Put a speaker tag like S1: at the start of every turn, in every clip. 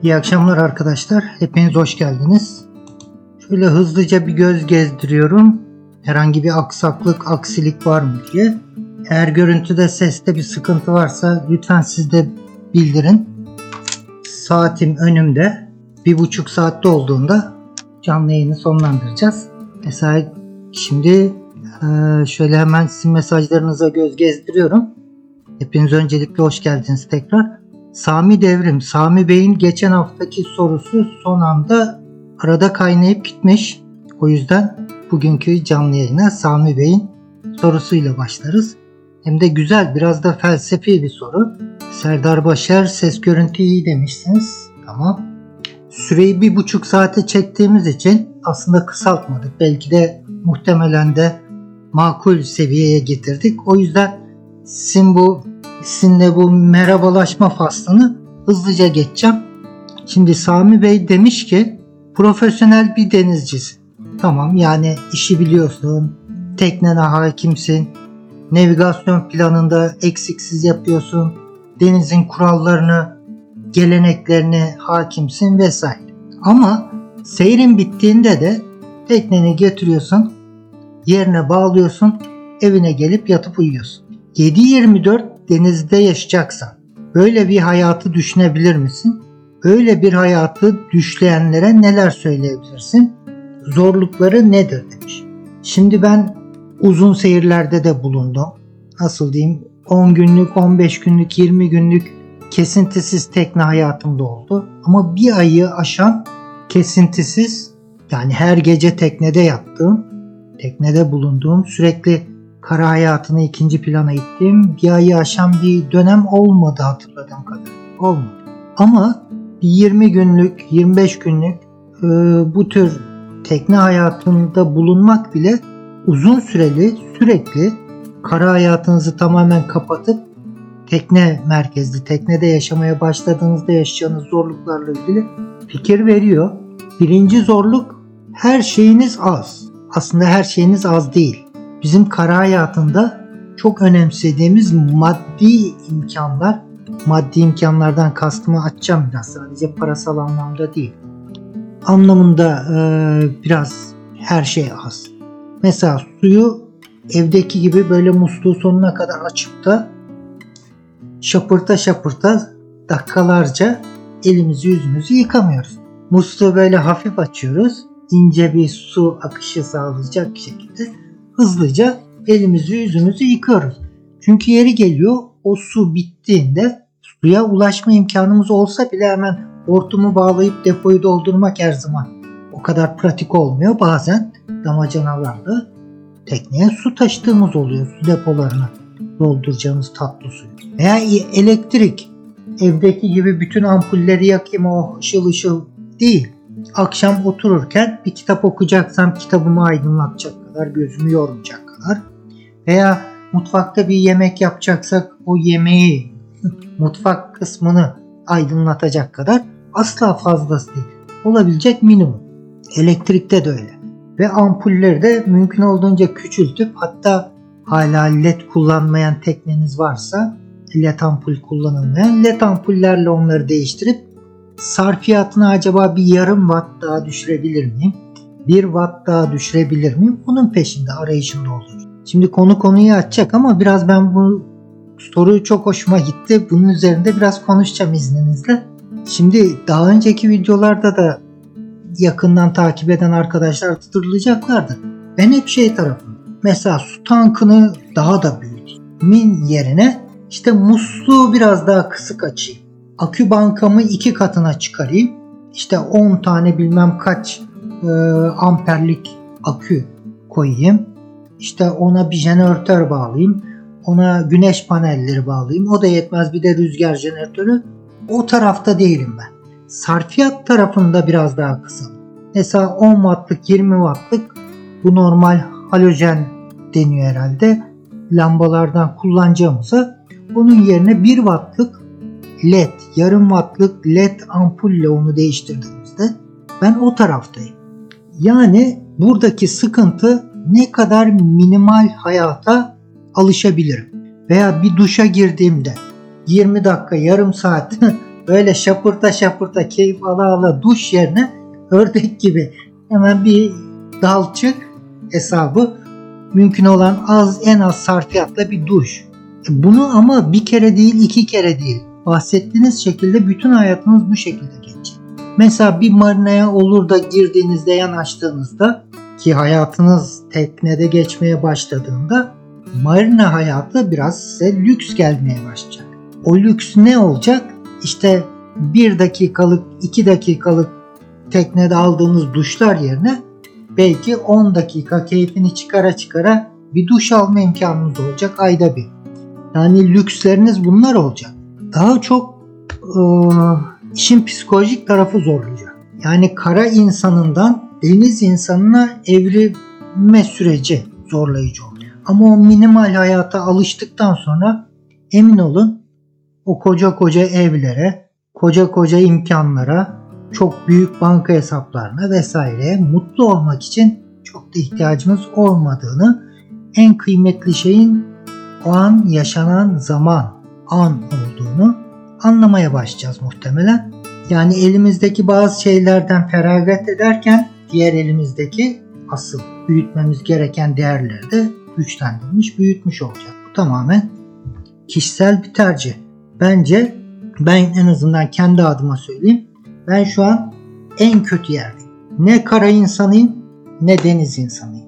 S1: İyi akşamlar arkadaşlar. Hepiniz hoş geldiniz. Şöyle hızlıca bir göz gezdiriyorum. Herhangi bir aksaklık, aksilik var mı diye. Eğer görüntüde, seste bir sıkıntı varsa lütfen siz de bildirin. Saatim önümde. 1,5 saatte olduğunda canlı yayını sonlandıracağız. Mesela şimdi şöyle hemen sizin mesajlarınıza göz gezdiriyorum. Hepiniz öncelikle hoş geldiniz tekrar. Sami Devrim, Sami Bey'in geçen haftaki sorusu son anda arada kaynayıp gitmiş. O yüzden bugünkü canlı yayına Sami Bey'in sorusuyla başlarız. Hem de güzel, biraz da felsefi bir soru. Serdar Başar, ses görüntü iyi demişsiniz. Tamam. Süreyi 1,5 saate çektiğimiz için aslında kısaltmadık. Belki de muhtemelen de makul seviyeye getirdik. O yüzden sizinle bu merhabalaşma faslını hızlıca geçeceğim. Şimdi Sami Bey demiş ki profesyonel bir denizcisin. Tamam, yani işi biliyorsun, teknene hakimsin, navigasyon planında eksiksiz yapıyorsun, denizin kurallarını, geleneklerine hakimsin vesaire. Ama seyrin bittiğinde de tekneni getiriyorsun, yerine bağlıyorsun, evine gelip yatıp uyuyorsun. 7/24 denizde yaşayacaksan böyle bir hayatı düşünebilir misin? Öyle bir hayatı düşleyenlere neler söyleyebilirsin? Zorlukları nedir demiş. Şimdi ben uzun seyirlerde de bulundum. Nasıl diyeyim? 10 günlük, 15 günlük, 20 günlük kesintisiz tekne hayatımda oldu. Ama bir ayı aşan kesintisiz, yani her gece teknede yattığım, teknede bulunduğum, sürekli kara hayatını ikinci plana ittiğim bir ayı aşan bir dönem olmadı hatırladığım kadar. Olmadı. Ama 20 günlük, 25 günlük bu tür tekne hayatında bulunmak bile uzun süreli, sürekli kara hayatınızı tamamen kapatıp tekne merkezli, teknede yaşamaya başladığınızda yaşayacağınız zorluklarla ilgili fikir veriyor. Birinci zorluk, her şeyiniz az. Aslında her şeyiniz az değil. Bizim kara hayatında çok önemsediğimiz maddi imkanlar, maddi imkanlardan kastımı açacağım biraz, sadece parasal anlamda değil. Anlamında biraz her şey az. Mesela suyu evdeki gibi böyle musluğu sonuna kadar açıp da şapırta şapırta dakikalarca elimizi yüzümüzü yıkamıyoruz. Musluğu böyle hafif açıyoruz. İnce bir su akışı sağlayacak bir şekilde hızlıca elimizi yüzümüzü yıkıyoruz. Çünkü yeri geliyor, o su bittiğinde suya ulaşma imkanımız olsa bile hemen hortumu bağlayıp depoyu doldurmak her zaman o kadar pratik olmuyor. Bazen damacanalarla tekneye su taşıdığımız oluyor, su depolarına dolduracağımız tatlı suyu. Veya elektrik, evdeki gibi bütün ampulleri yakayım, o ışıl ışıl değil. Akşam otururken bir kitap okuyacaksam kitabımı aydınlatacak kadar, gözümü yormayacak kadar, veya mutfakta bir yemek yapacaksak o yemeği, mutfak kısmını aydınlatacak kadar asla fazlası değil. Olabilecek minimum. Elektrikte de öyle. Ve ampulleri de mümkün olduğunca küçültüp, hatta hala led kullanmayan tekneniz varsa, led ampul kullanılmayan led ampullerle onları değiştirip sarfiyatını acaba bir yarım watt daha düşürebilir miyim? 1 watt daha düşürebilir miyim? Bunun peşinde, arayışında oluyor. Şimdi konuyu açacak ama biraz ben bu soruyu çok hoşuma gitti. Bunun üzerinde biraz konuşacağım izninizle. Şimdi daha önceki videolarda da yakından takip eden arkadaşlar hatırlayacaklardır. Ben hep tarafım. Mesela su tankını daha da büyüteyim yerine işte musluğu biraz daha kısık açayım. Akü bankamı 2 katına çıkarayım. İşte 10 tane bilmem kaç amperlik akü koyayım. İşte ona bir jeneratör bağlayayım. Ona güneş panelleri bağlayayım. O da yetmez, bir de rüzgar jeneratörü. O tarafta değilim ben. Sarfiyat tarafında biraz daha kısa. Mesela 10 wattlık, 20 wattlık, bu normal halojen deniyor herhalde, lambalardan kullanacağımıza bunun yerine 1 wattlık led, yarım wattlık led ampulle onu değiştirdiğimizde ben o taraftayım. Yani buradaki sıkıntı ne kadar minimal hayata alışabilirim. Veya bir duşa girdiğimde 20 dakika, yarım saat böyle şapırta şapırta keyif ala ala duş yerine ördek gibi hemen bir dal çık hesabı, mümkün olan en az sarfiyatla bir duş. Bunu ama bir kere değil 2 kere değil. Bahsettiğiniz şekilde bütün hayatınız bu şekilde geçecek. Mesela bir marinaya olur da girdiğinizde, yanaştığınızda ki hayatınız teknede geçmeye başladığında marina hayatı biraz size lüks gelmeye başlayacak. O lüks ne olacak? İşte 1 dakikalık, 2 dakikalık teknede aldığınız duşlar yerine belki 10 dakika keyfini çıkara çıkara bir duş alma imkanınız olacak ayda bir. Yani lüksleriniz bunlar olacak. Daha çok işin psikolojik tarafı zorlayacak. Yani kara insanından deniz insanına evrilme süreci zorlayıcı oluyor. Ama o minimal hayata alıştıktan sonra emin olun o koca koca evlere, koca koca imkanlara, çok büyük banka hesaplarına vesaireye mutlu olmak için çok da ihtiyacımız olmadığını, en kıymetli şeyin o an yaşanan an olduğunu anlamaya başlayacağız muhtemelen. Yani elimizdeki bazı şeylerden feragat ederken diğer elimizdeki asıl büyütmemiz gereken değerleri de güçlendirmiş, büyütmüş olacağız. Bu tamamen kişisel bir tercih. Bence ben en azından kendi adıma söyleyeyim. Ben şu an en kötü yerdeyim. Ne kara insanıyım ne deniz insanıyım.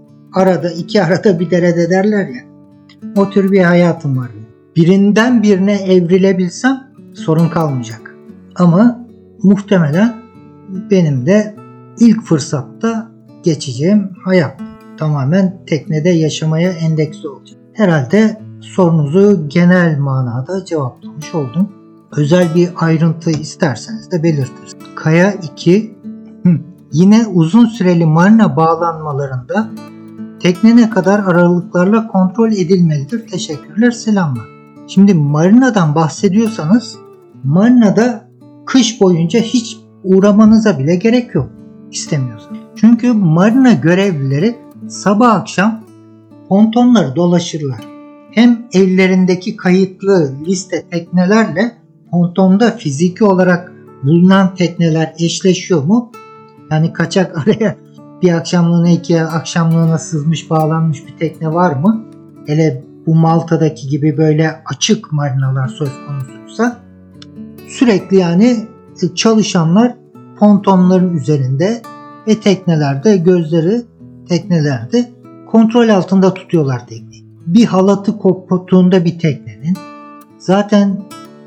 S1: Arada bir derede derler ya. O tür bir hayatım var. Birinden birine evrilebilsem sorun kalmayacak. Ama muhtemelen benim de ilk fırsatta geçeceğim hayat tamamen teknede yaşamaya endeksli olacak. Herhalde sorunuzu genel manada cevaplamış oldum. Özel bir ayrıntı isterseniz de belirtiriz. Kaya 2 yine uzun süreli marina bağlanmalarında tekne ne kadar aralıklarla kontrol edilmelidir? Teşekkürler, selamlar. Şimdi marinadan bahsediyorsanız marinada kış boyunca hiç uğramanıza bile gerek yok istemiyorsanız. Çünkü marina görevlileri sabah akşam pontonları dolaşırlar. Hem ellerindeki kayıtlı liste teknelerle pontonda fiziki olarak bulunan tekneler eşleşiyor mu? Yani kaçak araya bir akşamlığına 2 akşamlığına sızmış bağlanmış bir tekne var mı? Hele bu Malta'daki gibi böyle açık marinalar söz konusuysa sürekli yani çalışanlar pontonların üzerinde ve teknelerde gözleri teknelerde kontrol altında tutuyorlar tekneyi. Bir halatı koptuğunda bir teknenin zaten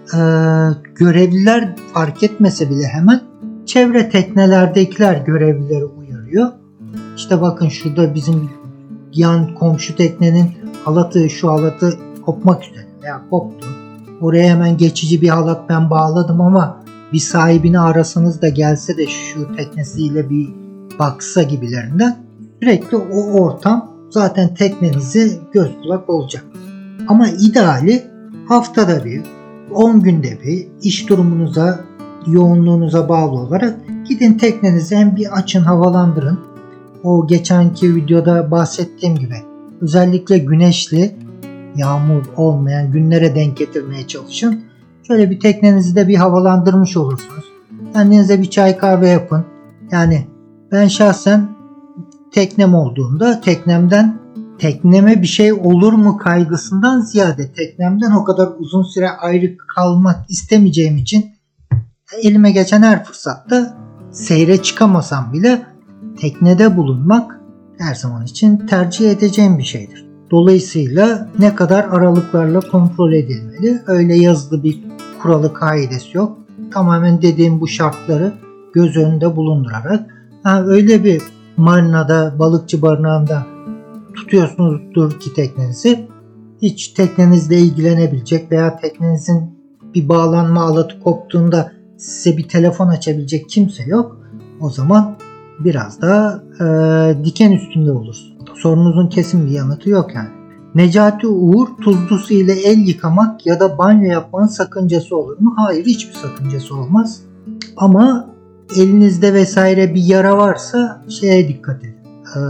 S1: görevliler fark etmese bile hemen çevre teknelerdekiler görevlileri uyarıyor. İşte bakın şurada bizim yan komşu teknenin şu halatı kopmak üzere veya koptu. Oraya hemen geçici bir halat ben bağladım ama bir sahibini arasanız da gelse de şu teknesiyle bir baksa gibilerinden. Sürekli o ortam zaten teknenizi göz kulak olacak. Ama ideali haftada bir, 10 günde bir iş durumunuza, yoğunluğunuza bağlı olarak gidin teknenizi hem bir açın, havalandırın. O geçenki videoda bahsettiğim gibi özellikle güneşli, yağmur olmayan günlere denk getirmeye çalışın. Şöyle bir teknenizi de bir havalandırmış olursunuz. Kendinize bir çay kahve yapın. Yani ben şahsen teknem olduğunda tekneme bir şey olur mu kaygısından ziyade teknemden o kadar uzun süre ayrı kalmak istemeyeceğim için elime geçen her fırsatta seyre çıkamasam bile teknede bulunmak her zaman için tercih edeceğim bir şeydir. Dolayısıyla ne kadar aralıklarla kontrol edilmeli, öyle yazılı bir kuralı kaidesi yok. Tamamen dediğim bu şartları göz önünde bulundurarak öyle bir marinada, balıkçı barınağında tutuyorsunuzdur ki teknenizi, hiç teknenizle ilgilenebilecek veya teknenizin bir bağlanma alatı koptuğunda size bir telefon açabilecek kimse yok. O zaman biraz daha diken üstünde olursunuz. Sorunuzun kesin bir yanıtı yok yani. Necati Uğur, tuzlu su ile el yıkamak ya da banyo yapmanın sakıncası olur mu? Hayır, hiçbir sakıncası olmaz. Ama elinizde vesaire bir yara varsa şeye dikkat edin.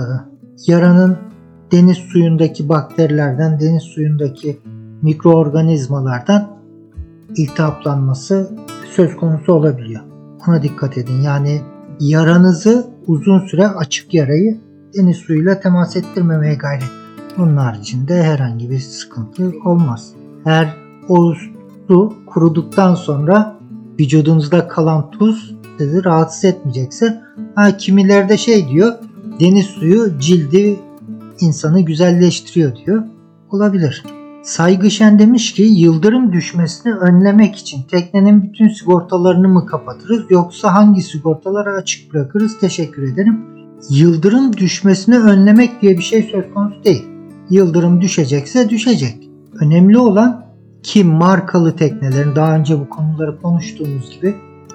S1: Yaranın deniz suyundaki bakterilerden, deniz suyundaki mikroorganizmalardan iltihaplanması söz konusu olabiliyor. Ona dikkat edin. Yani yaranızı uzun süre açık yarayı deniz suyuyla temas ettirmemeye gayret edin. Bunun haricinde herhangi bir sıkıntı olmaz. Eğer o su kuruduktan sonra vücudunuzda kalan tuz sizi rahatsız etmeyecekse, kimileri de diyor, deniz suyu cildi insanı güzelleştiriyor diyor. Olabilir. Saygışen demiş ki yıldırım düşmesini önlemek için teknenin bütün sigortalarını mı kapatırız yoksa hangi sigortaları açık bırakırız? Teşekkür ederim. Yıldırım düşmesini önlemek diye bir şey söz konusu değil. Yıldırım düşecekse düşecek. Önemli olan ki markalı teknelerin, daha önce bu konuları konuştuğumuz gibi,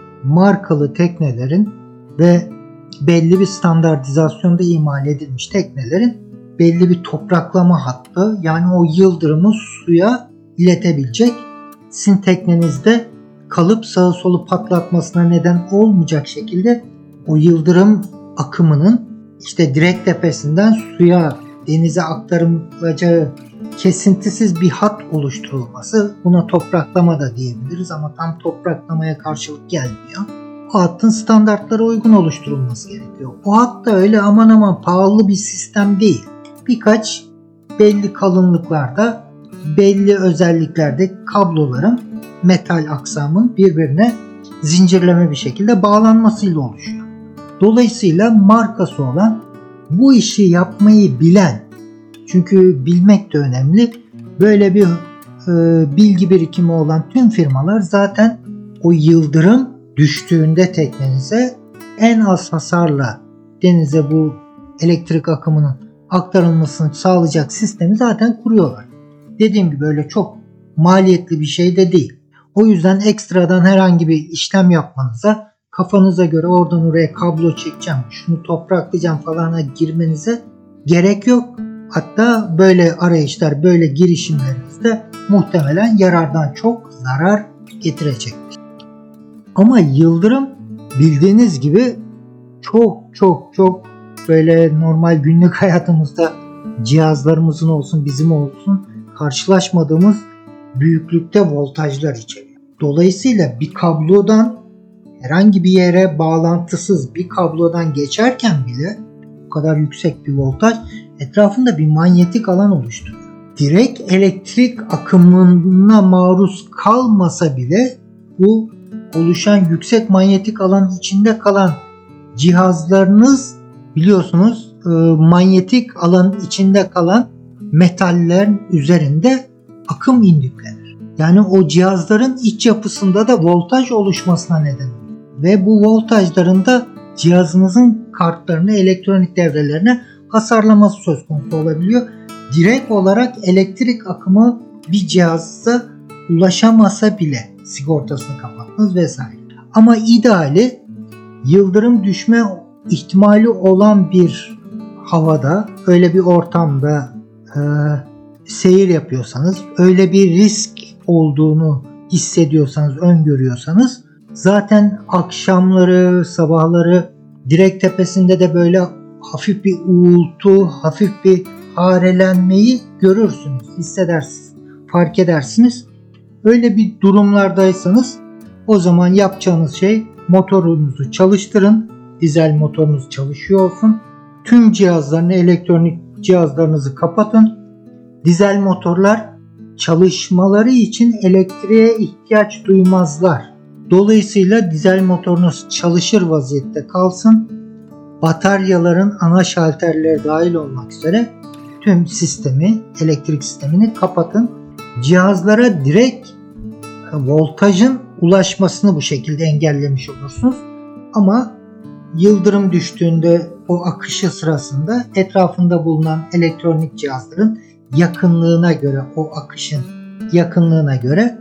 S1: markalı teknelerin ve belli bir standartizasyonda imal edilmiş teknelerin belli bir topraklama hattı, yani o yıldırımı suya iletebilecek, sizin teknenizde kalıp sağı solu patlatmasına neden olmayacak şekilde o yıldırım akımının direkt tepesinden suya, denize aktarılacağı kesintisiz bir hat oluşturulması. Buna topraklama da diyebiliriz ama tam topraklamaya karşılık gelmiyor. O hattın standartlara uygun oluşturulması gerekiyor. O hat da öyle aman aman pahalı bir sistem değil. Birkaç belli kalınlıklarda, belli özelliklerde kabloların, metal aksamın birbirine zincirleme bir şekilde bağlanmasıyla oluşuyor. Dolayısıyla markası olan, bu işi yapmayı bilen, çünkü bilmek de önemli, böyle bir bilgi birikimi olan tüm firmalar zaten o yıldırım düştüğünde teknenize en az hasarla denize bu elektrik akımının aktarılmasını sağlayacak sistemi zaten kuruyorlar. Dediğim gibi öyle çok maliyetli bir şey de değil. O yüzden ekstradan herhangi bir işlem yapmanıza, kafanıza göre oradan oraya kablo çekeceğim, şunu topraklayacağım falana girmenize gerek yok. Hatta böyle arayışlar, böyle girişimlerinizde muhtemelen yarardan çok zarar getirecektir. Ama yıldırım bildiğiniz gibi çok böyle normal günlük hayatımızda cihazlarımızın olsun, bizim olsun karşılaşmadığımız büyüklükte voltajlar içeriyor. Dolayısıyla bir kablodan, herhangi bir yere bağlantısız bir kablodan geçerken bile bu kadar yüksek bir voltaj etrafında bir manyetik alan oluşturuyor. Direkt elektrik akımına maruz kalmasa bile bu oluşan yüksek manyetik alanın içinde kalan cihazlarınız, biliyorsunuz, manyetik alanın içinde kalan metallerin üzerinde akım indüklenir. Yani o cihazların iç yapısında da voltaj oluşmasına neden oluyor. Ve bu voltajların da cihazınızın kartlarını, elektronik devrelerine hasarlaması söz konusu olabiliyor. Direkt olarak elektrik akımı bir cihaza ulaşamasa bile sigortasını kapattınız vesaire. Ama ideali, yıldırım düşme ihtimali olan bir havada, öyle bir ortamda seyir yapıyorsanız, öyle bir risk olduğunu hissediyorsanız, öngörüyorsanız, zaten akşamları, sabahları direkt tepesinde de böyle hafif bir uğultu, hafif bir harelenmeyi görürsünüz, hissedersiniz, fark edersiniz. Öyle bir durumlardaysanız o zaman yapacağınız şey, motorunuzu çalıştırın, dizel motorunuz çalışıyor olsun. Tüm cihazlarını, elektronik cihazlarınızı kapatın. Dizel motorlar çalışmaları için elektriğe ihtiyaç duymazlar. Dolayısıyla dizel motorunuz çalışır vaziyette kalsın. Bataryaların ana şalterleri dahil olmak üzere tüm sistemi, elektrik sistemini kapatın. Cihazlara direkt voltajın ulaşmasını bu şekilde engellemiş olursunuz. Ama yıldırım düştüğünde o akışı sırasında etrafında bulunan elektronik cihazların yakınlığına göre, o akışın yakınlığına göre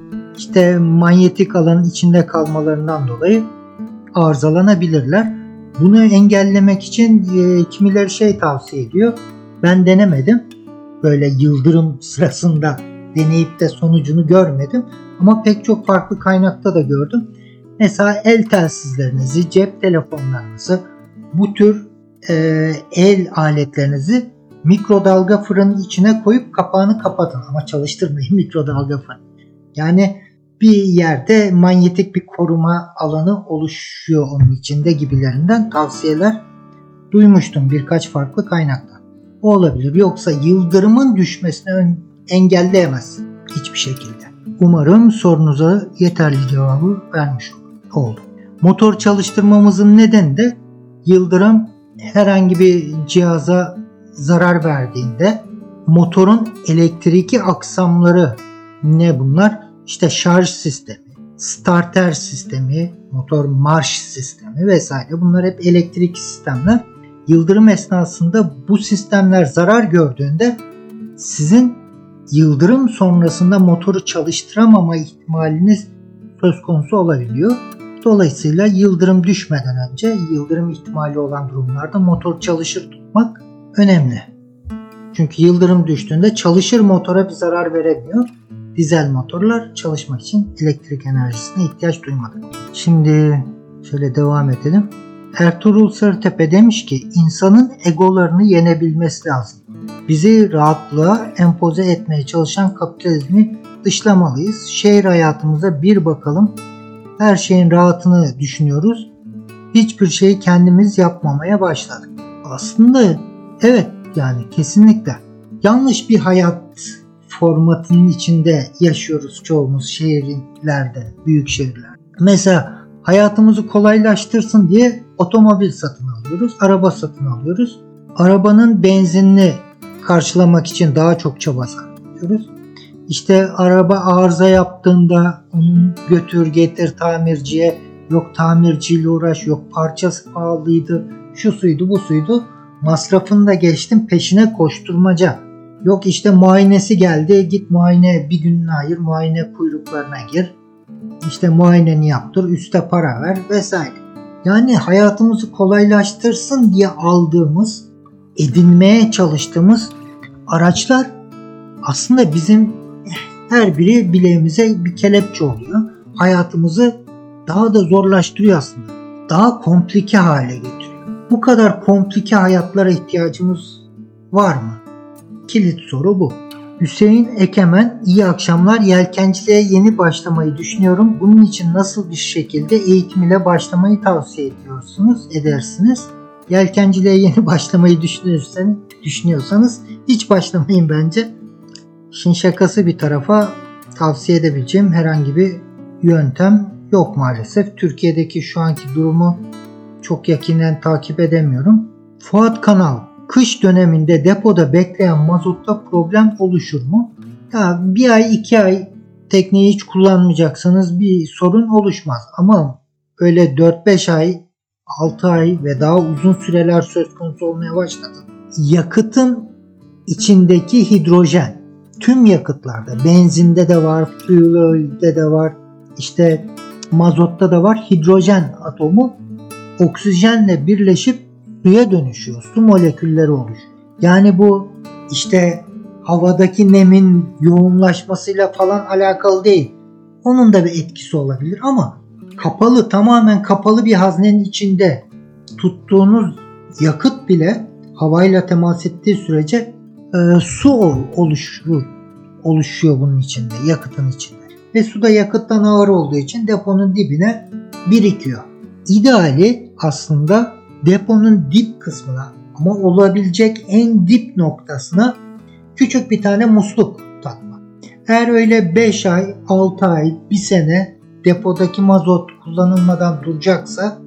S1: manyetik alanın içinde kalmalarından dolayı arızalanabilirler. Bunu engellemek için kimileri tavsiye ediyor. Ben denemedim. Böyle yıldırım sırasında deneyip de sonucunu görmedim. Ama pek çok farklı kaynakta da gördüm. Mesela el telsizlerinizi, cep telefonlarınızı, bu tür el aletlerinizi mikrodalga fırının içine koyup kapağını kapatın. Ama çalıştırmayın mikrodalga fırını. Yani bir yerde manyetik bir koruma alanı oluşuyor onun içinde gibilerinden tavsiyeler duymuştum birkaç farklı kaynaktan. O olabilir. Yoksa yıldırımın düşmesini engelleyemez hiçbir şekilde. Umarım sorunuza yeterli cevabı vermiş oldum. Motor çalıştırmamızın nedeni de yıldırım herhangi bir cihaza zarar verdiğinde motorun elektriki aksamları ne bunlar? İşte şarj sistemi, starter sistemi, motor marş sistemi vesaire bunlar hep elektrik sistemler. Yıldırım esnasında bu sistemler zarar gördüğünde sizin yıldırım sonrasında motoru çalıştıramama ihtimaliniz söz konusu olabiliyor. Dolayısıyla yıldırım düşmeden önce yıldırım ihtimali olan durumlarda motor çalışır tutmak önemli. Çünkü yıldırım düştüğünde çalışır motora bir zarar veremiyor. Dizel motorlar çalışmak için elektrik enerjisine ihtiyaç duymadı. Şimdi şöyle devam edelim. Ertuğrul Sarıtepe demiş ki insanın egolarını yenebilmesi lazım. Bizi rahatlığa empoze etmeye çalışan kapitalizmi dışlamalıyız. Şehir hayatımıza bir bakalım. Her şeyin rahatını düşünüyoruz. Hiçbir şeyi kendimiz yapmamaya başladık. Aslında evet yani kesinlikle. Yanlış bir hayat formatının içinde yaşıyoruz çoğumuz şehirlerde, büyük şehirlerde. Mesela hayatımızı kolaylaştırsın diye otomobil satın alıyoruz, araba satın alıyoruz. Arabanın benzinini karşılamak için daha çok çaba sarf ediyoruz. İşte araba arıza yaptığında onu götür getir tamirciye, yok tamirciyle uğraş, yok parçası pahalıydı, şu suydu bu suydu. Masrafını da geçtim, peşine koşturmaca. Yok işte muayenesi geldi, git muayene bir gününü ayır, muayene kuyruklarına gir. İşte muayeneni yaptır, üste para ver vesaire. Yani hayatımızı kolaylaştırsın diye aldığımız, edinmeye çalıştığımız araçlar aslında bizim her biri bileğimize bir kelepçe oluyor. Hayatımızı daha da zorlaştırıyor aslında. Daha komplike hale getiriyor. Bu kadar komplike hayatlara ihtiyacımız var mı? Kilit soru bu. Hüseyin Ekemen, iyi akşamlar. Yelkenciliğe yeni başlamayı düşünüyorum. Bunun için nasıl bir şekilde eğitim ile başlamayı tavsiye edersiniz? Yelkenciliğe yeni başlamayı düşünüyorsanız hiç başlamayın bence. İşin şakası bir tarafa tavsiye edebileceğim herhangi bir yöntem yok maalesef. Türkiye'deki şu anki durumu çok yakinen takip edemiyorum. Fuat Kanal, kış döneminde depoda bekleyen mazotta problem oluşur mu? Ya bir ay 2 ay tekneyi hiç kullanmayacaksanız bir sorun oluşmaz. Ama öyle 4-5 ay, 6 ay ve daha uzun süreler söz konusu olmaya başladı. Yakıtın içindeki hidrojen tüm yakıtlarda, benzinde de var, fuel oil'de de var, işte mazotta da var. Hidrojen atomu oksijenle birleşip suya dönüşüyor. Su molekülleri oluşuyor. Yani bu işte havadaki nemin yoğunlaşmasıyla falan alakalı değil. Onun da bir etkisi olabilir ama tamamen kapalı bir haznenin içinde tuttuğunuz yakıt bile havayla temas ettiği sürece su oluşuyor bunun içinde, yakıtın içinde. Ve su da yakıttan ağır olduğu için deponun dibine birikiyor. İdeali aslında deponun dip kısmına ama olabilecek en dip noktasına küçük bir tane musluk takmak. Eğer öyle 5 ay, 6 ay, 1 sene depodaki mazot kullanılmadan duracaksa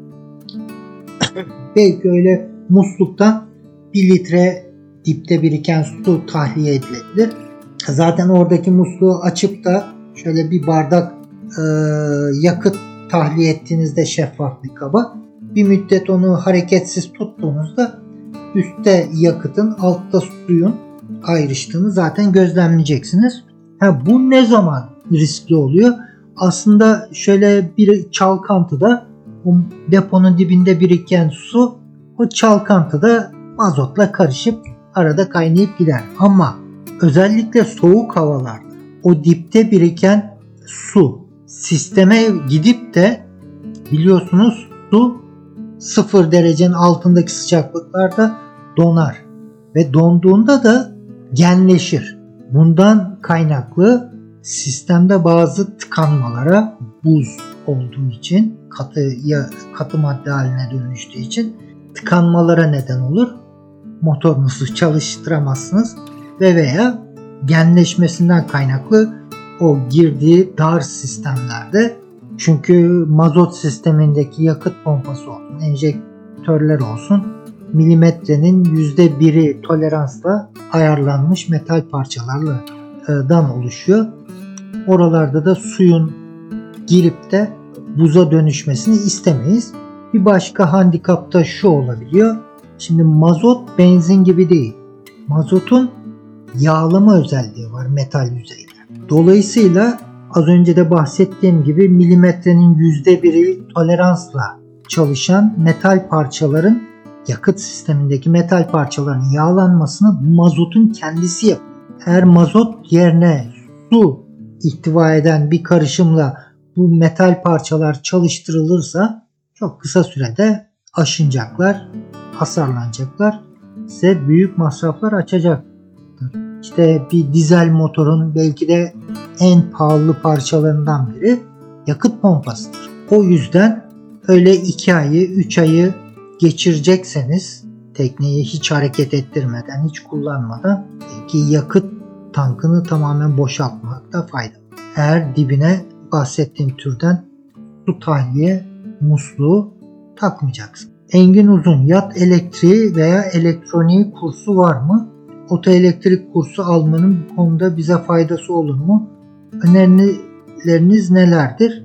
S1: belki öyle musluktan 1 litre dipte biriken su tahliye edilebilir. Zaten oradaki musluğu açıp da şöyle bir bardak yakıt tahliye ettiğinizde şeffaf bir kaba bir müddet onu hareketsiz tuttuğunuzda üstte yakıtın altta suyun ayrıştığını zaten gözlemleyeceksiniz. Bu ne zaman riskli oluyor? Aslında şöyle bir çalkantıda o deponun dibinde biriken su o çalkantıda mazotla karışıp arada kaynayıp gider. Ama özellikle soğuk havalarda o dipte biriken su sisteme gidip de biliyorsunuz su 0 derecenin altındaki sıcaklıklarda donar ve donduğunda da genleşir. Bundan kaynaklı sistemde bazı tıkanmalara, buz olduğu için, katı madde haline dönüştüğü için tıkanmalara neden olur. Motorunuzu çalıştıramazsınız ve veya genleşmesinden kaynaklı o girdiği dar sistemlerde, çünkü mazot sistemindeki yakıt pompası olsun, enjektörler olsun, milimetrenin %1'i toleransla ayarlanmış metal parçalardan oluşuyor. Oralarda da suyun girip de buza dönüşmesini istemeyiz. Bir başka handikap da şu olabiliyor. Şimdi mazot benzin gibi değil. Mazotun yağlama özelliği var metal yüzeyde. Dolayısıyla az önce de bahsettiğim gibi milimetrenin %1'i toleransla çalışan metal parçaların, yakıt sistemindeki metal parçaların yağlanmasını mazotun kendisi yapıyor. Eğer mazot yerine su ihtiva eden bir karışımla bu metal parçalar çalıştırılırsa çok kısa sürede aşınacaklar, hasarlanacaklar, size büyük masraflar açacaktır. İşte bir dizel motorun belki de en pahalı parçalarından biri yakıt pompasıdır. O yüzden öyle 2 ayı 3 ayı geçirecekseniz tekneyi hiç hareket ettirmeden, hiç kullanmadan belki yakıt tankını tamamen boşaltmakta fayda var. Eğer dibine bahsettiğim türden su tahliye musluğu takmayacaksın. Engin Uzun, yat elektriği veya elektroniği kursu var mı? Otoelektrik kursu almanın bu konuda bize faydası olur mu? Önerileriniz nelerdir?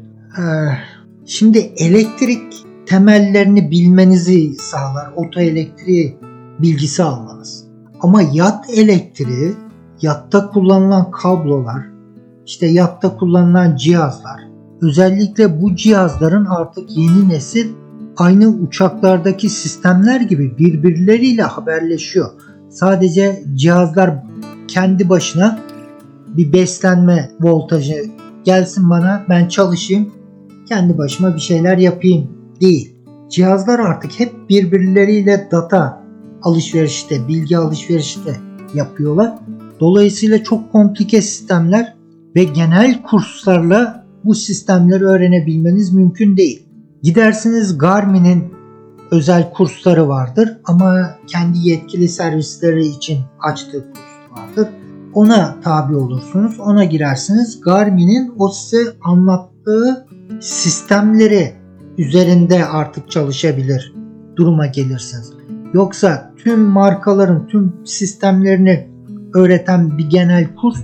S1: Şimdi elektrik temellerini bilmenizi sağlar otoelektriği bilgisi almanız. Ama yat elektriği, yatta kullanılan kablolar, işte yatta kullanılan cihazlar, özellikle bu cihazların artık yeni nesil aynı uçaklardaki sistemler gibi birbirleriyle haberleşiyor. Sadece cihazlar kendi başına bir beslenme voltajı gelsin bana, ben çalışayım, kendi başıma bir şeyler yapayım değil. Cihazlar artık hep birbirleriyle data alışverişte, bilgi alışverişte yapıyorlar. Dolayısıyla çok komplike sistemler ve genel kurslarla bu sistemleri öğrenebilmeniz mümkün değil. Gidersiniz, Garmin'in özel kursları vardır ama kendi yetkili servisleri için açtığı kurs vardır. Ona tabi olursunuz, ona girersiniz. Garmin'in o size anlattığı sistemleri üzerinde artık çalışabilir duruma gelirsiniz. Yoksa tüm markaların tüm sistemlerini öğreten bir genel kurs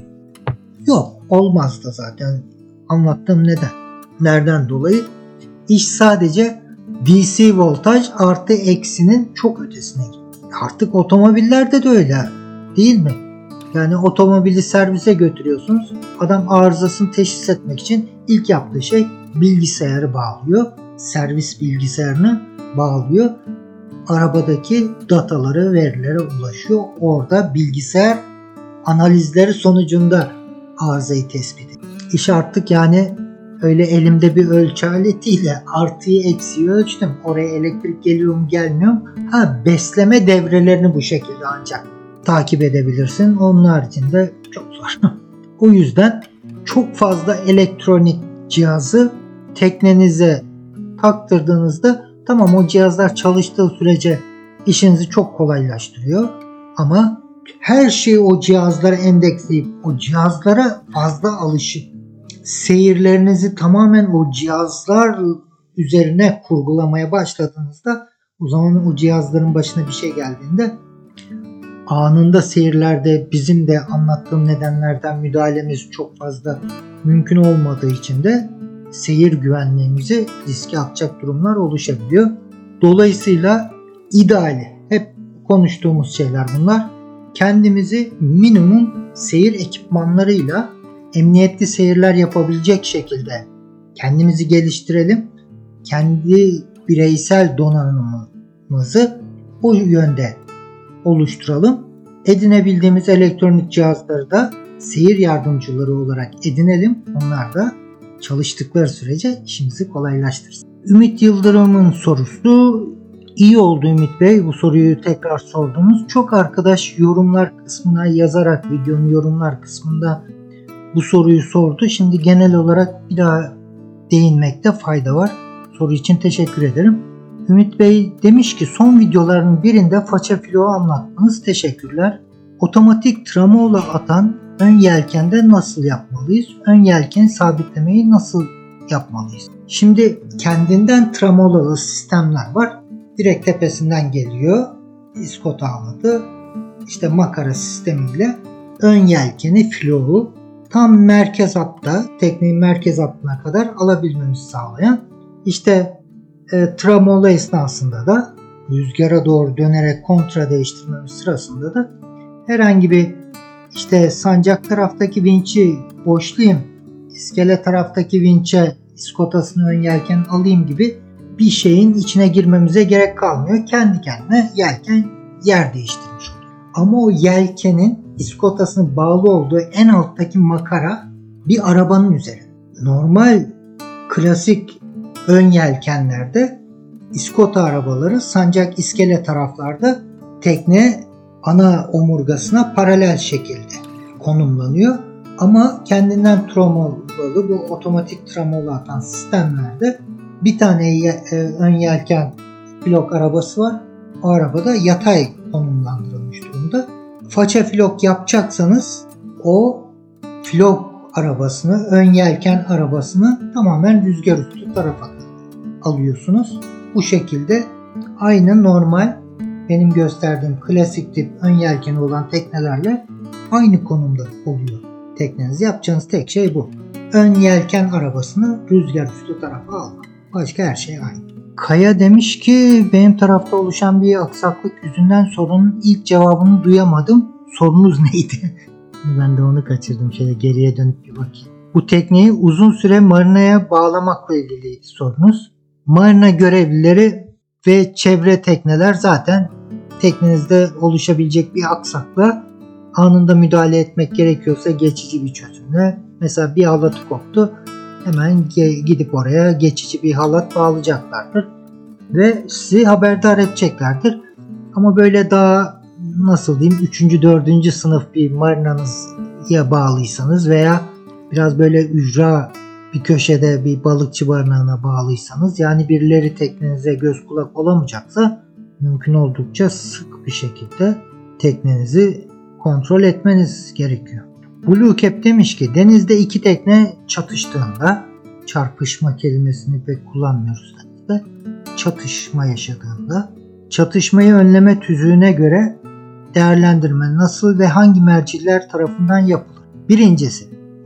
S1: yok. Olmaz da zaten anlattığım nedenlerden dolayı. İş sadece DC voltaj artı eksinin çok ötesine gidiyor. Artık otomobillerde de öyle değil mi? Yani otomobili servise götürüyorsunuz. Adam arızasını teşhis etmek için ilk yaptığı şey bilgisayarı bağlıyor. Servis bilgisayarını bağlıyor. Arabadaki dataları, verilere ulaşıyor. Orada bilgisayar analizleri sonucunda arızayı tespit ediyor. İş artık yani öyle elimde bir ölçü aletiyle artıyı eksiği ölçtüm. Oraya elektrik geliyor mu gelmiyor mu? Besleme devrelerini bu şekilde ancak takip edebilirsin. Onun haricinde çok zor. O yüzden çok fazla elektronik cihazı teknenize taktırdığınızda tamam, o cihazlar çalıştığı sürece işinizi çok kolaylaştırıyor. Ama her şeyi o cihazlara endeksleyip o cihazlara fazla alışıp seyirlerinizi tamamen o cihazlar üzerine kurgulamaya başladığınızda, o zaman o cihazların başına bir şey geldiğinde anında seyirlerde bizim de anlattığım nedenlerden müdahalemiz çok fazla mümkün olmadığı için de seyir güvenliğimizi riske atacak durumlar oluşabiliyor. Dolayısıyla ideali, hep konuştuğumuz şeyler bunlar. Kendimizi minimum seyir ekipmanlarıyla emniyetli seyirler yapabilecek şekilde kendimizi geliştirelim. Kendi bireysel donanımımızı o yönde oluşturalım. Edinebildiğimiz elektronik cihazları da seyir yardımcıları olarak edinelim. Onlar da çalıştıkları sürece işimizi kolaylaştırsın. Ümit Yıldırım'ın sorusu. İyi oldu Ümit Bey, bu soruyu tekrar sordunuz. Çok arkadaş yorumlar kısmına yazarak, videonun yorumlar kısmında bu soruyu sordu. Şimdi genel olarak bir daha değinmekte fayda var. Soru için teşekkür ederim. Ümit Bey demiş ki son videoların birinde faça filo anlatmanız teşekkürler. Otomatik tremolo atan ön yelkende nasıl yapmalıyız? Ön yelken sabitlemeyi nasıl yapmalıyız? Şimdi kendinden tremololu sistemler var. Direkt tepesinden geliyor. İskot ağladı. İşte makara sistemiyle ön yelkeni filoğu tam merkez hatta teknenin merkez hattına kadar alabilmemizi sağlayan işte tremolo esnasında da rüzgara doğru dönerek kontra değiştirmemiz sırasında da herhangi bir işte sancak taraftaki vinçi boşlayayım, iskele taraftaki vinçe iskotasını ön yelken alayım gibi bir şeyin içine girmemize gerek kalmıyor. Kendi kendine yelken yer değiştirmiş oluyor. Ama o yelkenin iskotasının bağlı olduğu en alttaki makara bir arabanın üzerinde. Normal klasik ön yelkenlerde iskota arabaları sancak iskele taraflarda tekne ana omurgasına paralel şekilde konumlanıyor. Ama kendinden tremololu bu otomatik tremolo atan sistemlerde bir tane ön yelken flok arabası var. O arabada yatay konumlandırılmış durumda. Faça flok yapacaksanız o flok arabasını, ön yelken arabasını tamamen rüzgar üstü tarafa alıyorsunuz. Bu şekilde aynı normal benim gösterdiğim klasik tip ön yelkeni olan teknelerle aynı konumda oluyor. Teknenizi yapacağınız tek şey bu. Ön yelken arabasını rüzgar üstü tarafa almak. Başka her şey aynı. Kaya demiş ki benim tarafta oluşan bir aksaklık yüzünden sorunun ilk cevabını duyamadım. Sorunuz neydi? Ben de onu kaçırdım. Şöyle geriye dönüp bir bakayım. Bu tekneyi uzun süre marinaya bağlamakla ilgiliydi sorunuz. Marina görevlileri ve çevre tekneler zaten teknenizde oluşabilecek bir aksaklığa anında müdahale etmek gerekiyorsa geçici bir çözümle. Mesela bir halatı koptu. Hemen gidip oraya geçici bir halat bağlayacaklardır. Ve sizi haberdar edeceklerdir. Ama böyle daha nasıl diyeyim 3. 4. sınıf bir marinanıza bağlıysanız veya biraz böyle ücra bir köşede bir balıkçı barınağına bağlıysanız yani birileri teknenize göz kulak olamayacaksa mümkün oldukça sık bir şekilde teknenizi kontrol etmeniz gerekiyor. Blue Cap demiş ki denizde iki tekne çatıştığında çarpışma kelimesini pek kullanmıyoruz denizde. Çatışma yaşadığında çatışmayı önleme tüzüğüne göre değerlendirme nasıl ve hangi merciler tarafından yapılır? Birincisi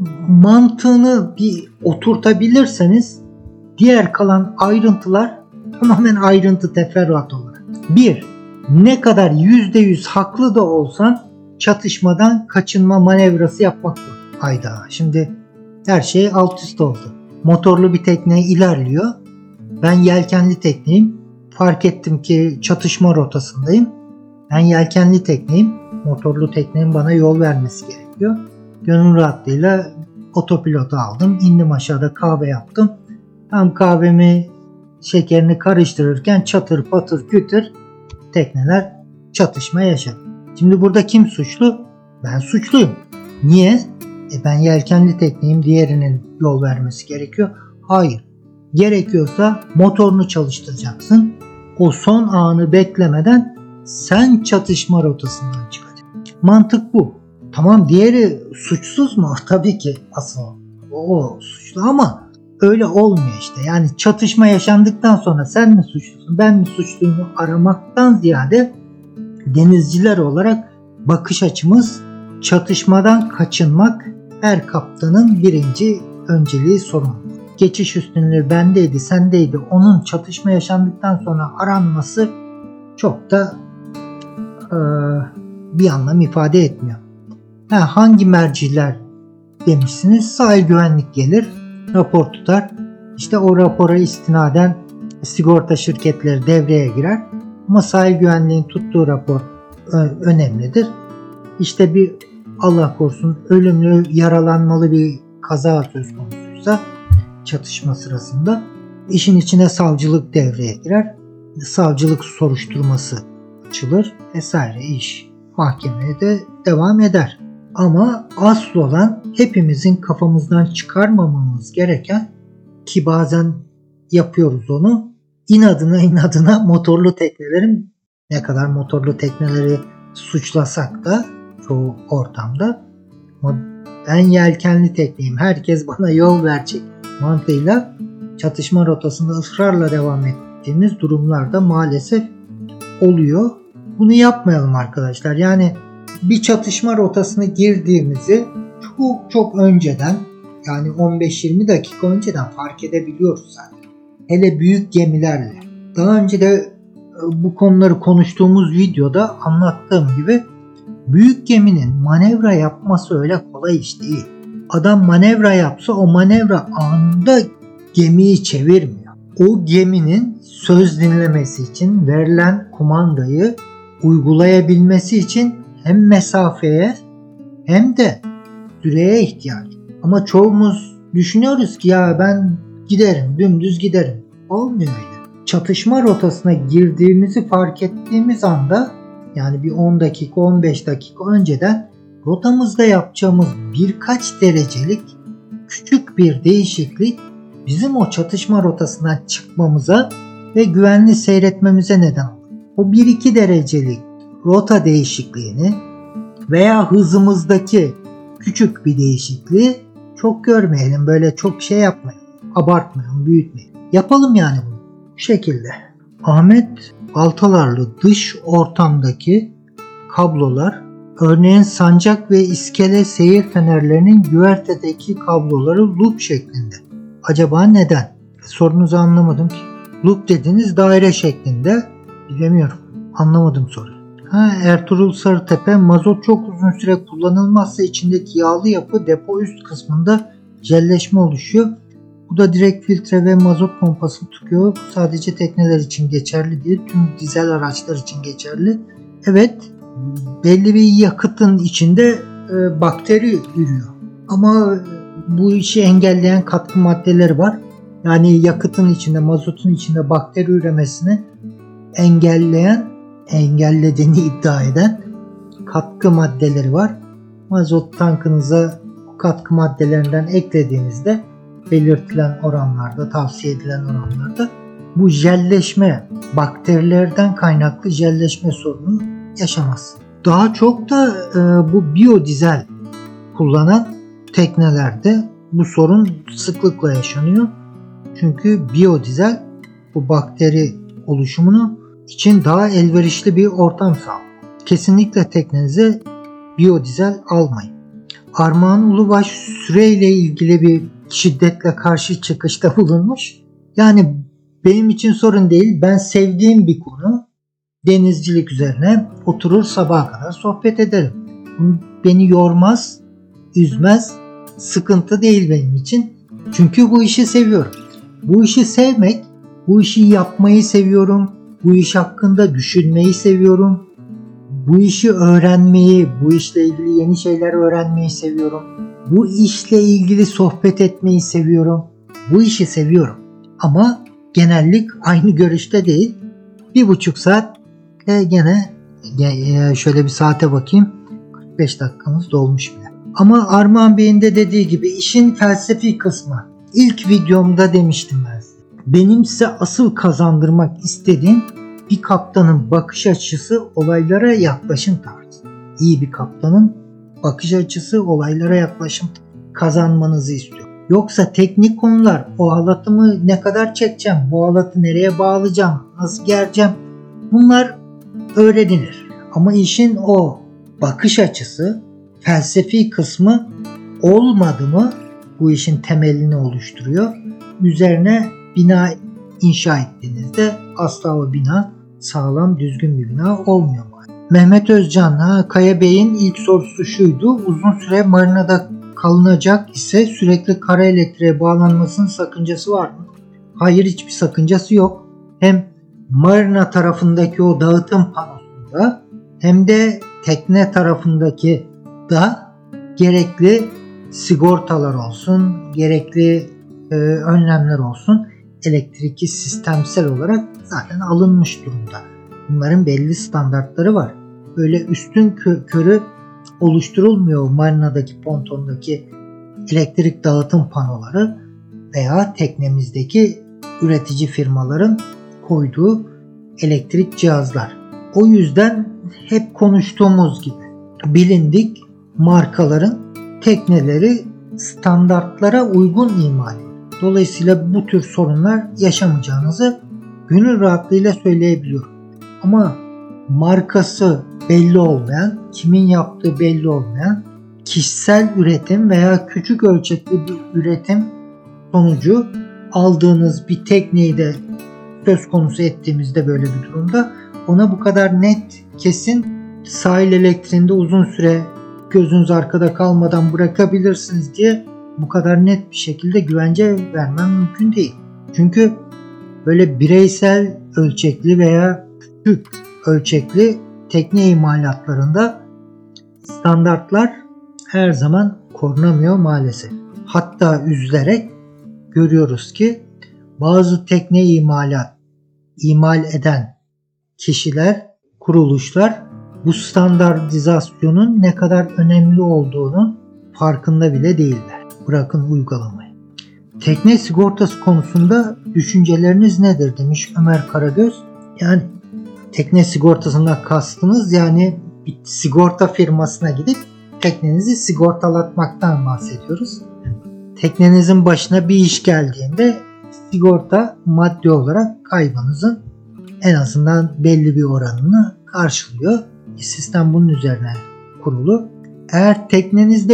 S1: mantığını bir oturtabilirseniz diğer kalan ayrıntılar tamamen ayrıntı teferruat olarak. 1. Ne kadar %100 haklı da olsan çatışmadan kaçınma manevrası yapmak var. Hayda şimdi her şey alt üst oldu. Motorlu bir tekne ilerliyor. Ben yelkenli tekneyim. Fark ettim ki çatışma rotasındayım. Ben yelkenli tekneyim. Motorlu teknenin bana yol vermesi gerekiyor. Gönül rahatlığıyla otopilotu aldım. İndim aşağıda kahve yaptım. Tam kahvemi şekerini karıştırırken çatır patır kütür tekneler çatışma yaşadı. Şimdi burada kim suçlu? Ben suçluyum. Niye? Ben yelkenli tekneyim, diğerinin yol vermesi gerekiyor. Hayır. Gerekiyorsa motorunu çalıştıracaksın. O son anı beklemeden sen çatışma rotasından çıkacaksın. Mantık bu. Tamam diğeri suçsuz mu? Tabii ki asıl o suçlu ama öyle olmuyor işte. Yani çatışma yaşandıktan sonra sen mi suçlusun ben mi suçluyum aramaktan ziyade denizciler olarak bakış açımız çatışmadan kaçınmak her kaptanın birinci önceliği sorumlu. Geçiş üstünlüğü bendeydi sendeydi onun çatışma yaşandıktan sonra aranması çok da bir anlam ifade etmiyor. Hangi merciler demişsiniz? Sahil güvenlik gelir, rapor tutar. İşte o rapora istinaden sigorta şirketleri devreye girer. Ama sahil güvenliğin tuttuğu rapor önemlidir. İşte bir Allah korusun ölümlü, yaralanmalı bir kaza söz konusuysa çatışma sırasında işin içine savcılık devreye girer. Savcılık soruşturması açılır vesaire iş mahkemeye de devam eder. Ama asıl olan hepimizin kafamızdan çıkarmamamız gereken, ki bazen yapıyoruz onu, inadına motorlu teknelerin, ne kadar motorlu tekneleri suçlasak da çoğu ortamda, ben yelkenli tekneyim, herkes bana yol verecek mantığıyla çatışma rotasında ısrarla devam ettiğimiz durumlarda maalesef oluyor. Bunu yapmayalım arkadaşlar. Yani bir çatışma rotasına girdiğimizi çok önceden, yani 15-20 dakika önceden fark edebiliyoruz zaten. Hele büyük gemilerle. Daha önce de bu konuları konuştuğumuz videoda anlattığım gibi büyük geminin manevra yapması öyle kolay iş değil. Adam manevra yapsa o manevra anında gemiyi çevirmiyor. O geminin söz dinlemesi için verilen kumandayı uygulayabilmesi için hem mesafeye hem de süreye ihtiyaç. Ama çoğumuz düşünüyoruz ki ya ben giderim, dümdüz giderim. Olmuyor öyle. Çatışma rotasına girdiğimizi fark ettiğimiz anda, yani bir 10 dakika 15 dakika önceden rotamızda yapacağımız birkaç derecelik küçük bir değişiklik bizim o çatışma rotasından çıkmamıza ve güvenli seyretmemize neden olur. O 1-2 derecelik rota değişikliğini veya hızımızdaki küçük bir değişikliği çok görmeyelim. Böyle çok şey yapmayalım. Abartmayalım, büyütmeyelim. Yapalım yani bunu. Bu şekilde. Ahmet Altalarlı dış ortamdaki kablolar, örneğin sancak ve iskele seyir fenerlerinin güvertedeki kabloları loop şeklinde. Acaba neden? Sorunuzu anlamadım ki. Loop dediğiniz daire şeklinde. Bilemiyorum. Anlamadım soruyu. Ertuğrul Sarıtepe, mazot çok uzun süre kullanılmazsa içindeki yağlı yapı depo üst kısmında jelleşme oluşuyor. Bu da direkt filtre ve mazot pompasını tıkıyor. Sadece tekneler için geçerli değil, tüm dizel araçlar için geçerli. Evet, belli bir yakıtın içinde bakteri ürüyor. Ama bu işi engelleyen katkı maddeleri var. Yani yakıtın içinde, mazotun içinde bakteri üremesini engellediğini iddia eden katkı maddeleri var. Mazot tankınıza bu katkı maddelerinden eklediğinizde belirtilen oranlarda, tavsiye edilen oranlarda bu jelleşme, bakterilerden kaynaklı jelleşme sorunu yaşamaz. Daha çok da bu biyodizel kullanan teknelerde bu sorun sıklıkla yaşanıyor. Çünkü biyodizel bu bakteri oluşumunu için daha elverişli bir ortam sağlıyor. Kesinlikle teknenize biyodizel almayın. Armağan Ulubaş süreyle ilgili bir şiddetle karşı çıkışta bulunmuş. Yani benim için sorun değil. Ben sevdiğim bir konu. Denizcilik üzerine oturur sabaha kadar sohbet ederim. Beni yormaz, üzmez, sıkıntı değil benim için. Çünkü bu işi seviyorum. Bu işi sevmek, bu işi yapmayı seviyorum. Bu iş hakkında düşünmeyi seviyorum. Bu işi öğrenmeyi, bu işle ilgili yeni şeyler öğrenmeyi seviyorum. Bu işle ilgili sohbet etmeyi seviyorum. Bu işi seviyorum. Ama genellik aynı görüşte değil. 1,5 saat gene şöyle bir saate bakayım. 45 dakikamız dolmuş bile. Ama Armağan Bey'in de dediği gibi işin felsefi kısmı. İlk videomda demiştim ben size. Benim size asıl kazandırmak istediğim bir kaptanın bakış açısı, olaylara yaklaşım tarzı. İyi bir kaptanın bakış açısı, olaylara yaklaşım kazanmanızı istiyor. Yoksa teknik konular, o halatımı ne kadar çekeceğim, bu halatı nereye bağlayacağım, nasıl gereceğim, bunlar öğrenilir. Ama işin o bakış açısı, felsefi kısmı olmadı mı bu işin temelini oluşturuyor. Üzerine bina inşa ettiğinizde asla o bina sağlam, düzgün bir bina olmuyor. Mehmet Özcan, Kaya Bey'in ilk sorusu şuydu: uzun süre marinada kalınacak ise sürekli kara elektriğe bağlanmasının sakıncası var mı? Hayır, hiçbir sakıncası yok. Hem marina tarafındaki o dağıtım panosunda hem de tekne tarafındaki da gerekli sigortalar olsun, gerekli önlemler olsun, elektrikli sistemsel olarak zaten alınmış durumda. Bunların belli standartları var. Böyle üstün körü oluşturulmuyor marinadaki pontondaki elektrik dağıtım panoları veya teknemizdeki üretici firmaların koyduğu elektrik cihazlar. O yüzden hep konuştuğumuz gibi bilindik markaların tekneleri standartlara uygun imal ediyor. Dolayısıyla bu tür sorunlar yaşamayacağınızı gönül rahatlığıyla söyleyebiliyorum. Ama markası belli olmayan, kimin yaptığı belli olmayan kişisel üretim veya küçük ölçekli bir üretim sonucu aldığınız bir tekneyi de söz konusu ettiğimizde böyle bir durumda ona bu kadar net, kesin sahil elektriğinde uzun süre gözünüz arkada kalmadan bırakabilirsiniz diye bu kadar net bir şekilde güvence vermem mümkün değil. Çünkü böyle bireysel ölçekli veya küçük ölçekli tekne imalatlarında standartlar her zaman korunamıyor maalesef. Hatta üzülerek görüyoruz ki bazı tekne imal eden kişiler, kuruluşlar bu standartizasyonun ne kadar önemli olduğunun farkında bile değiller. Bırakın uygulamayı. Tekne sigortası konusunda düşünceleriniz nedir demiş Ömer Karagöz. Yani tekne sigortasından kastımız yani bir sigorta firmasına gidip teknenizi sigortalatmaktan bahsediyoruz. Teknenizin başına bir iş geldiğinde sigorta maddi olarak kaybınızın en azından belli bir oranını karşılıyor. Sistem bunun üzerine kurulu. Eğer teknenizde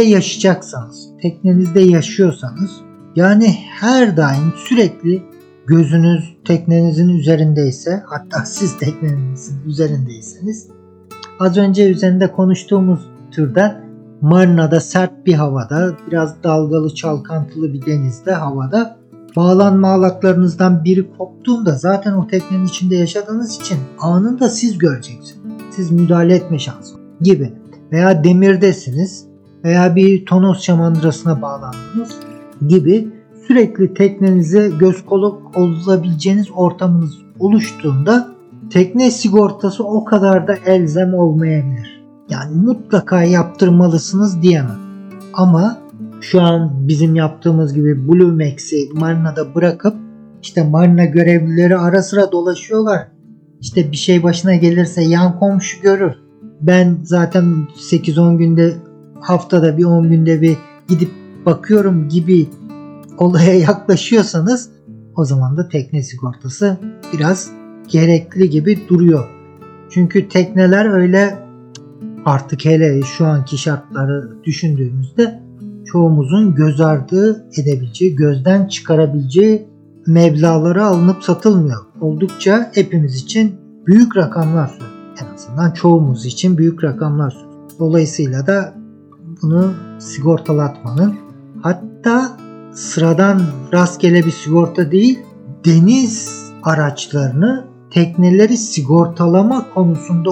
S1: yaşıyorsanız yani her daim sürekli gözünüz teknenizin üzerindeyse, hatta siz teknenizin üzerindeyseniz, az önce üzerinde konuştuğumuz türden marinada sert bir havada, biraz dalgalı çalkantılı bir denizde havada bağlanma halatlarınızdan biri koptuğunda zaten o teknenin içinde yaşadığınız için anında siz göreceksiniz. Siz müdahale etme şansı gibi. Veya demirdesiniz veya bir tonos şamandırasına bağlandınız gibi sürekli teknenize göz kulak olabileceğiniz ortamınız oluştuğunda tekne sigortası o kadar da elzem olmayabilir. Yani mutlaka yaptırmalısınız diyemem. Ama şu an bizim yaptığımız gibi Blue Max'i marinada bırakıp işte marina görevlileri ara sıra dolaşıyorlar. İşte bir şey başına gelirse yan komşu görür. Ben zaten 8-10 günde, haftada bir 10 günde bir gidip bakıyorum gibi olaya yaklaşıyorsanız o zaman da tekne sigortası biraz gerekli gibi duruyor. Çünkü tekneler öyle artık, hele şu anki şartları düşündüğümüzde çoğumuzun göz ardı edebileceği, gözden çıkarabileceği meblağlara alınıp satılmıyor. Oldukça hepimiz için büyük rakamlar söylüyor. En azından çoğumuz için büyük rakamlar söylüyor. Dolayısıyla da bunu sigortalatmanın, hatta sıradan rastgele bir sigorta değil, deniz araçlarını, tekneleri sigortalama konusunda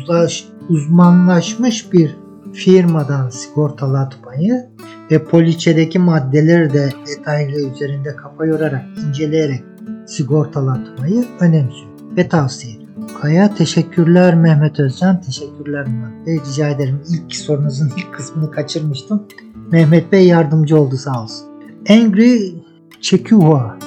S1: uzmanlaşmış bir firmadan sigortalatmayı ve poliçedeki maddeleri de detaylı üzerinde kafa yorarak, inceleyerek sigortalatmayı önemsiyor ve tavsiye ediyor. Kaya teşekkürler Mehmet Özcan. Teşekkürler Mehmet Bey. Rica ederim. İlk sorunuzun ilk kısmını kaçırmıştım. Mehmet Bey yardımcı oldu sağ olsun. Angry Chihuahua.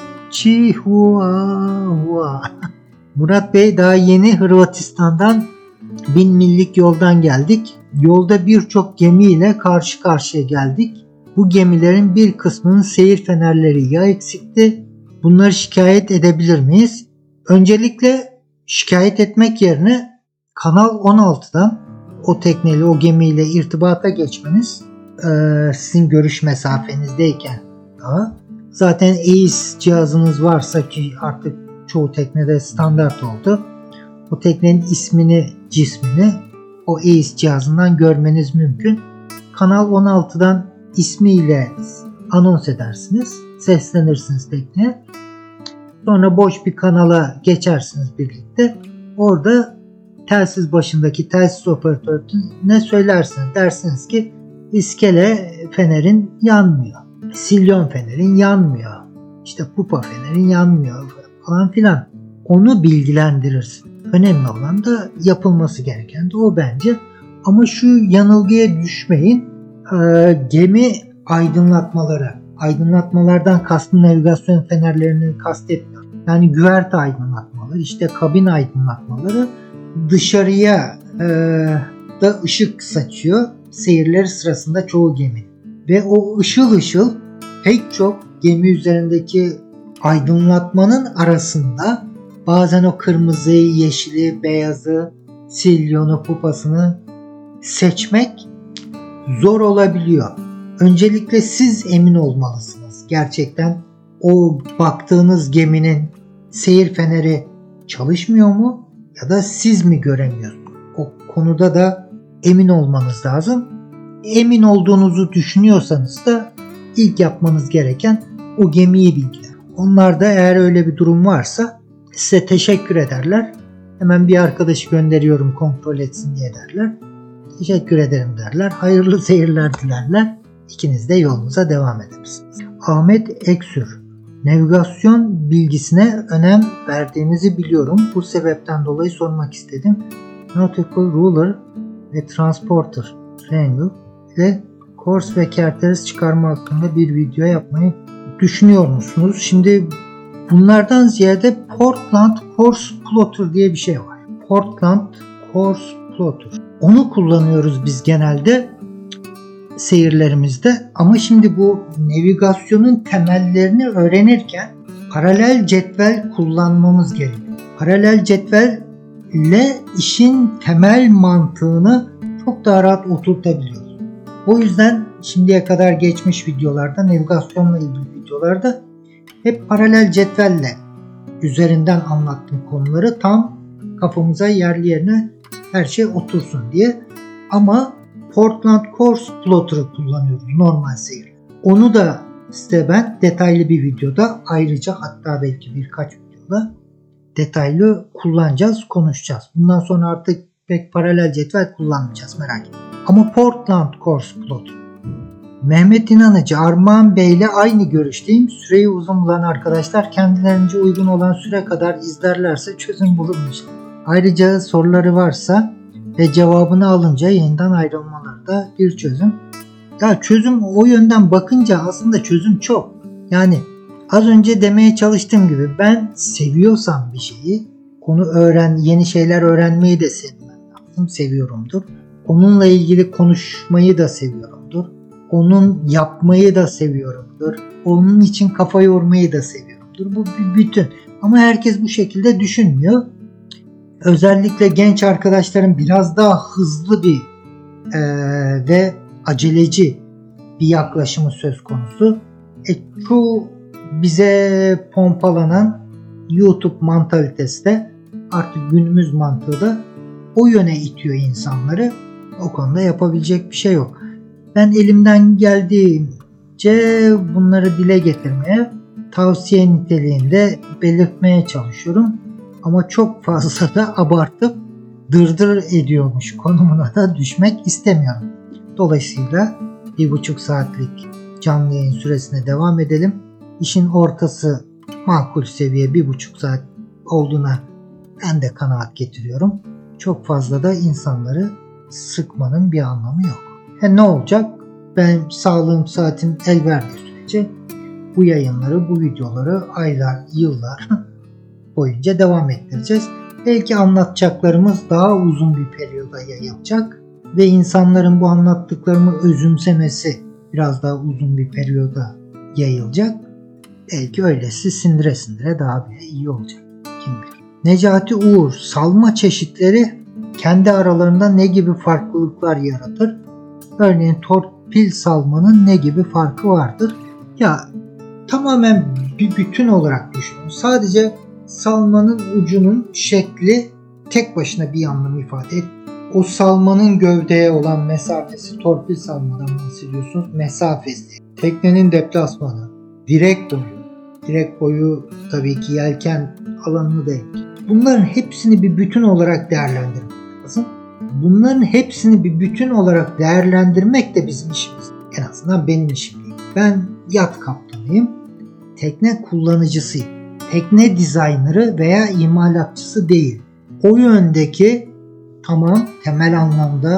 S1: Murat Bey, daha yeni Hırvatistan'dan 1000 millik yoldan geldik. Yolda birçok gemiyle karşı karşıya geldik. Bu gemilerin bir kısmının seyir fenerleri ya eksikti. Bunları şikayet edebilir miyiz? Öncelikle şikayet etmek yerine Kanal 16'dan o tekneyle, o gemiyle irtibata geçmeniz, sizin görüş mesafenizdeyken daha, zaten EIS cihazınız varsa, ki artık çoğu teknede standart oldu, o teknenin ismini, cismini o EIS cihazından görmeniz mümkün. Kanal 16'dan ismiyle anons edersiniz, seslenirsiniz tekneye. Sonra boş bir kanala geçersiniz birlikte. Orada telsiz başındaki telsiz operatörüne söylersiniz. Dersiniz ki iskele fenerin yanmıyor. Silyon fenerin yanmıyor. İşte pupa fenerin yanmıyor falan filan. Onu bilgilendirirsin. Önemli olan da, yapılması gereken de o bence. Ama şu yanılgıya düşmeyin. Gemi aydınlatmalardan kastım navigasyon fenerlerini kastetmiyorum. Yani güverte aydınlatmaları, işte kabin aydınlatmaları dışarıya da ışık saçıyor seyirleri sırasında çoğu gemi. Ve o ışıl ışıl pek çok gemi üzerindeki aydınlatmanın arasında bazen o kırmızıyı, yeşili, beyazı, silyonu, pupasını seçmek zor olabiliyor. Öncelikle siz emin olmalısınız. Gerçekten o baktığınız geminin seyir feneri çalışmıyor mu ya da siz mi göremiyorsunuz? O konuda da emin olmanız lazım. Emin olduğunuzu düşünüyorsanız da ilk yapmanız gereken o gemiyi bilgiler. Onlar da eğer öyle bir durum varsa size teşekkür ederler. Hemen bir arkadaşı gönderiyorum kontrol etsin diye derler. Teşekkür ederim derler. Hayırlı seyirler dilerler. İkiniz de yolunuza devam edersiniz. Ahmet Eksür: navigasyon bilgisine önem verdiğinizi biliyorum. Bu sebepten dolayı sormak istedim. Nautical Ruler ve Transporter Triangle ile course ve kerteres çıkarma hakkında bir video yapmayı düşünüyor musunuz? Şimdi bunlardan ziyade Portland Course Plotter diye bir şey var. Portland Course Plotter. Onu kullanıyoruz biz genelde seyirlerimizde. Ama şimdi bu navigasyonun temellerini öğrenirken paralel cetvel kullanmamız gerekiyor. Paralel cetvelle işin temel mantığını çok daha rahat oturtabiliyoruz. O yüzden şimdiye kadar geçmiş videolarda, navigasyonla ilgili videolarda hep paralel cetvelle üzerinden anlattığım konuları tam kafamıza yerli yerine her şey otursun diye. Ama Portland Course Plotter'ı kullanıyoruz normal seyir. Onu da size ben detaylı bir videoda ayrıca, hatta belki birkaç videoda detaylı kullanacağız, konuşacağız. Bundan sonra artık pek paralel cetvel kullanmayacağız, merak etmeyin. Ama Portland Course Plotter. Mehmet İnanıcı: Armağan Bey ile aynı görüşteyim. Süreyi uzun bulan arkadaşlar kendilerince uygun olan süre kadar izlerlerse çözüm bulunmuş. Ayrıca soruları varsa ve cevabını alınca yeniden ayrılmaları da bir çözüm. Ya çözüm o yönden bakınca aslında çözüm çok. Yani az önce demeye çalıştığım gibi ben seviyorsam bir şeyi, yeni şeyler öğrenmeyi de seviyorumdur. Onunla ilgili konuşmayı da seviyorumdur. Onun yapmayı da seviyorumdur. Onun için kafa yormayı da seviyorumdur. Bu bir bütün. Ama herkes bu şekilde düşünmüyor. Özellikle genç arkadaşların biraz daha hızlı bir ve aceleci bir yaklaşımı söz konusu. Şu bize pompalanan YouTube mantalitesi de artık günümüz mantığı da o yöne itiyor insanları. O konuda yapabilecek bir şey yok. Ben elimden geldiğince bunları dile getirmeye, tavsiye niteliğinde belirtmeye çalışıyorum. Ama çok fazla da abartıp dırdır ediyormuş konumuna da düşmek istemiyorum. Dolayısıyla 1,5 saatlik canlı yayın süresine devam edelim. İşin ortası makul seviye 1,5 saat olduğuna ben de kanaat getiriyorum. Çok fazla da insanları sıkmanın bir anlamı yok. Ne olacak? Ben sağlığım, saatim el verdiği sürece bu yayınları, bu videoları aylar, yıllar boyunca devam ettireceğiz. Belki anlatacaklarımız daha uzun bir periyoda yayılacak ve insanların bu anlattıklarımı özümsemesi biraz daha uzun bir periyoda yayılacak. Belki öylesi sindire sindire daha bile iyi olacak. Kim bilir. Necati Uğur: salma çeşitleri kendi aralarında ne gibi farklılıklar yaratır? Örneğin torpil salmanın ne gibi farkı vardır? Ya tamamen bir bütün olarak düşünün. Sadece salmanın ucunun şekli tek başına bir anlam ifade et. O salmanın gövdeye olan mesafesi, torpil salmadan bahsediyorsunuz, mesafesi, teknenin deplasmanı, direk boyu tabii ki yelken alanını da ekliyor. Bunların hepsini bir bütün olarak değerlendirmek lazım. Bunların hepsini bir bütün olarak değerlendirmek de bizim işimiz. En azından benim işim değil. Ben yat kaptanıyım, tekne kullanıcısıyım. Tekne dizaynerı veya imalatçısı değil. O yöndeki tamam temel anlamda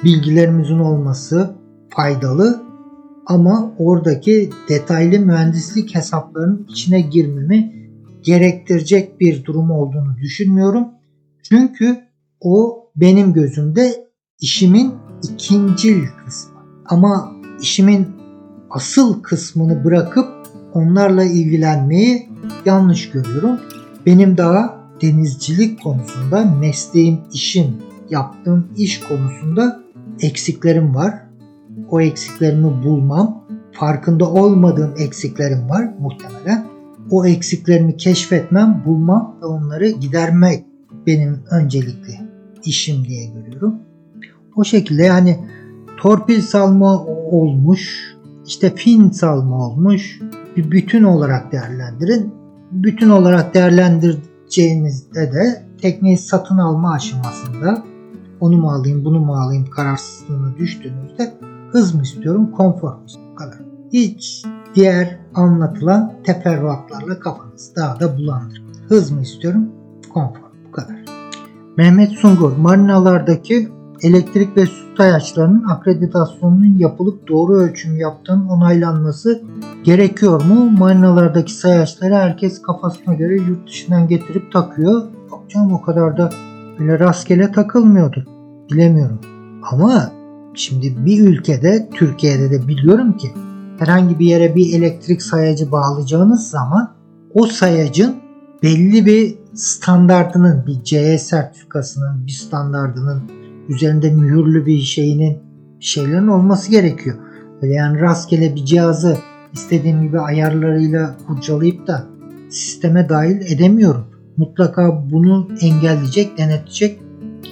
S1: bilgilerimizin olması faydalı ama oradaki detaylı mühendislik hesaplarının içine girmemi gerektirecek bir durum olduğunu düşünmüyorum. Çünkü o benim gözümde işimin ikincil kısmı. Ama işimin asıl kısmını bırakıp onlarla ilgilenmeyi yanlış görüyorum. Benim daha denizcilik konusunda, mesleğim, işim, yaptığım iş konusunda eksiklerim var. O eksiklerimi bulmam, farkında olmadığım eksiklerim var muhtemelen. O eksiklerimi keşfetmem, bulmam ve onları gidermek benim öncelikli işim diye görüyorum. O şekilde yani torpil salma olmuş, işte fin salma olmuş, bir bütün olarak değerlendirin. Bütün olarak değerlendireceğinizde de tekneyi satın alma aşamasında onu mu alayım, bunu mu alayım kararsızlığına düştüğünüzde hız mı istiyorum, konfor mu istiyorum? Bu kadar. Hiç diğer anlatılan teferruatlarla kafanızı daha da bulandırın. Hız mı istiyorum, konfor. Bu kadar. Mehmet Sungur, marinalardaki elektrik ve su sayaçlarının akreditasyonunun yapılıp doğru ölçüm yaptığının onaylanması gerekiyor mu? Marinalardaki sayaçları herkes kafasına göre yurt dışından getirip takıyor. Yok canım, o kadar da böyle rastgele takılmıyordu. Bilemiyorum. Ama şimdi bir ülkede, Türkiye'de de biliyorum ki herhangi bir yere bir elektrik sayacı bağlayacağınız zaman o sayacın belli bir standardının, bir CE sertifikasının, bir standardının üzerinde mühürlü bir şeylerin olması gerekiyor. Öyle yani rastgele bir cihazı istediğim gibi ayarlarıyla kurcalayıp da sisteme dahil edemiyorum. Mutlaka bunu engelleyecek, denetleyecek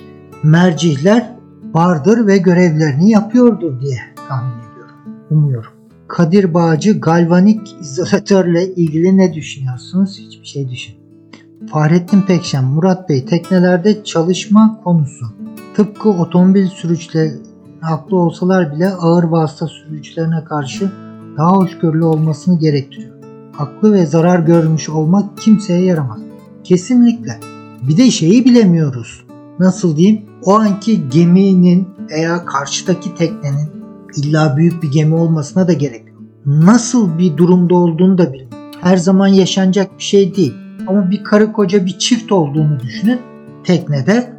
S1: mercihler vardır ve görevlerini yapıyordur diye tahmin ediyorum. Umuyorum. Kadir Bağcı, galvanik izolatörle ilgili ne düşünüyorsunuz? Hiçbir şey düşünmüyorum. Fahrettin Pekşen, Murat Bey, teknelerde çalışma konusu tıpkı otomobil sürücüleri haklı olsalar bile ağır vasıta sürücülerine karşı daha hoşgörülü olmasını gerektiriyor. Haklı ve zarar görmüş olmak kimseye yaramaz. Kesinlikle. Bir de şeyi bilemiyoruz. Nasıl diyeyim? O anki geminin veya karşıdaki teknenin illa büyük bir gemi olmasına da gerek yok. Nasıl bir durumda olduğunu da bilmiyorum. Her zaman yaşanacak bir şey değil. Ama bir karı koca bir çift olduğunu düşünün teknede.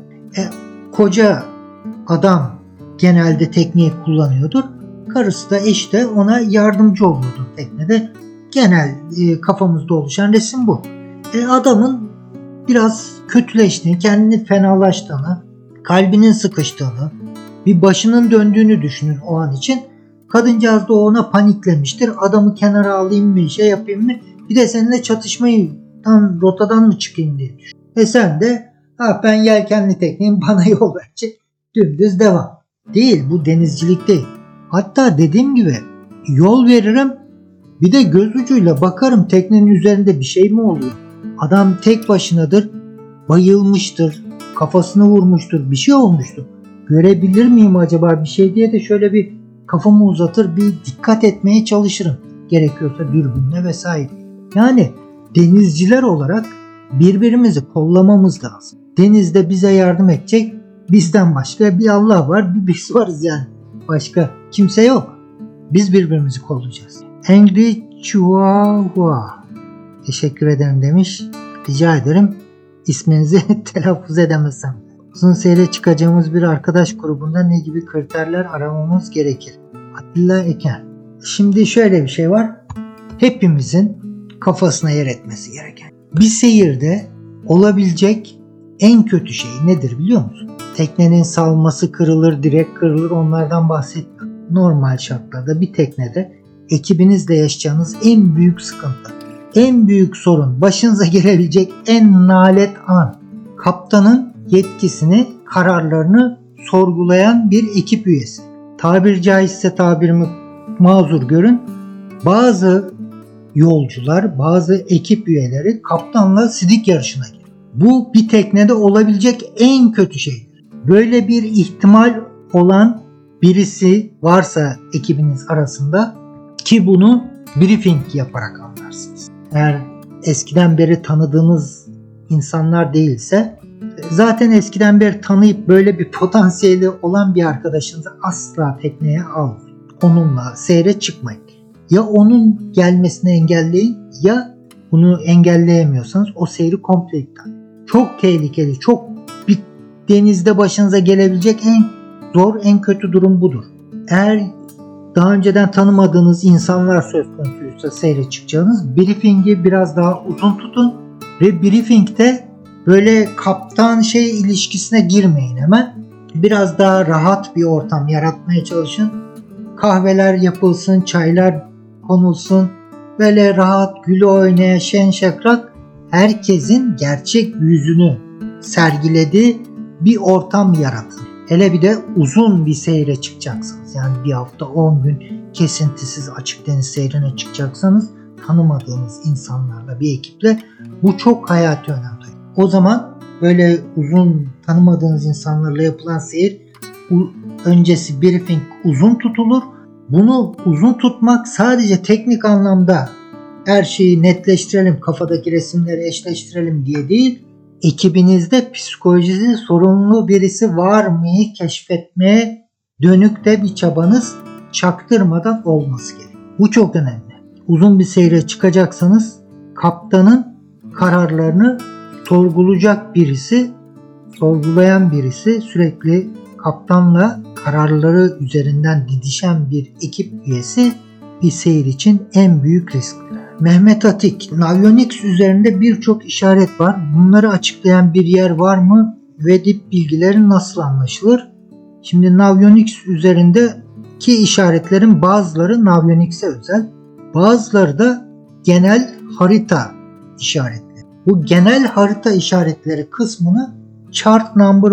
S1: Koca adam genelde tekneyi kullanıyordur. Karısı da eşi de ona yardımcı oluyordur teknede. Genel kafamızda oluşan resim bu. Adamın biraz kötüleştiğini, kendini fenalaştığını, kalbinin sıkıştığını, bir başının döndüğünü düşünün o an için. Kadıncağız da ona paniklemiştir. Adamı kenara alayım mı, şey yapayım mı? Bir de seninle çatışmayı rotadan mı çıkayım diye düşün. Sen de ben yelkenli tekneyim, bana yol verecek. Dümdüz devam. Değil, bu denizcilik değil. Hatta dediğim gibi yol veririm, bir de göz ucuyla bakarım teknenin üzerinde bir şey mi oluyor? Adam tek başınadır, bayılmıştır, kafasını vurmuştur, bir şey olmuştur. Görebilir miyim acaba bir şey diye de şöyle bir kafamı uzatır, bir dikkat etmeye çalışırım. Gerekiyorsa dürbünle vesaire. Yani denizciler olarak birbirimizi kollamamız lazım. Denizde bize yardım edecek bizden başka bir Allah var, bir biz varız yani. Başka kimse yok. Biz birbirimizi kollayacağız. Angry Chihuahua. Teşekkür ederim demiş. Rica ederim. İsminizi telaffuz edemezsem. Uzun seyre çıkacağımız bir arkadaş grubunda ne gibi kriterler aramamız gerekir? Atilla Eken. Şimdi şöyle bir şey var. Hepimizin kafasına yer etmesi gereken. Bir seyirde olabilecek en kötü şey nedir biliyor musun? Teknenin salması kırılır, direk kırılır, onlardan bahsetmiyorum. Normal şartlarda bir teknede ekibinizle yaşayacağınız en büyük sıkıntı, en büyük sorun, başınıza gelebilecek en nalet an, kaptanın yetkisini, kararlarını sorgulayan bir ekip üyesi. Tabiri caizse tabirimi mazur görün. Bazı yolcular, bazı ekip üyeleri kaptanla sidik yarışına giriyor. Bu bir teknede olabilecek en kötü şeydir. Böyle bir ihtimal olan birisi varsa ekibiniz arasında, ki bunu briefing yaparak anlarsınız. Eğer eskiden beri tanıdığınız insanlar değilse Zaten eskiden beri tanıyıp böyle bir potansiyeli olan bir arkadaşınızı asla tekneye almayın. Onunla seyre çıkmayın. Ya onun gelmesini engelleyin ya bunu engelleyemiyorsanız o seyri komple iptal. Çok tehlikeli, çok bir denizde başınıza gelebilecek en zor, en kötü durum budur. Eğer daha önceden tanımadığınız insanlar söz konusuysa seyre çıkacağınız briefingi biraz daha uzun tutun ve briefingde böyle kaptan ilişkisine girmeyin hemen. Biraz daha rahat bir ortam yaratmaya çalışın. Kahveler yapılsın, çaylar konulsun. Böyle rahat, gülü oynaya, şen şakrak herkesin gerçek yüzünü sergilediği bir ortam yaratın. Hele bir de uzun bir seyre çıkacaksınız. Yani bir hafta 10 gün kesintisiz açık deniz seyrine çıkacaksanız tanımadığınız insanlarla bir ekiple bu çok hayati önem taşıyor. O zaman böyle uzun tanımadığınız insanlarla yapılan seyir öncesi briefing uzun tutulur. Bunu uzun tutmak sadece teknik anlamda her şeyi netleştirelim, kafadaki resimleri eşleştirelim diye değil, ekibinizde psikolojisi sorunlu birisi var mı keşfetmeye dönük de bir çabanız çaktırmadan olması gerekiyor. Bu çok önemli. Uzun bir seyre çıkacaksanız kaptanın kararlarını sorgulayan birisi, sürekli kaptanla kararları üzerinden didişen bir ekip üyesi bir seyir için en büyük risktir. Mehmet Atik, Navionics üzerinde birçok işaret var. Bunları açıklayan bir yer var mı ve dip bilgileri nasıl anlaşılır? Şimdi Navionics üzerindeki işaretlerin bazıları Navionics'e özel, bazıları da genel harita işaretleri. Bu genel harita işaretleri kısmını chart number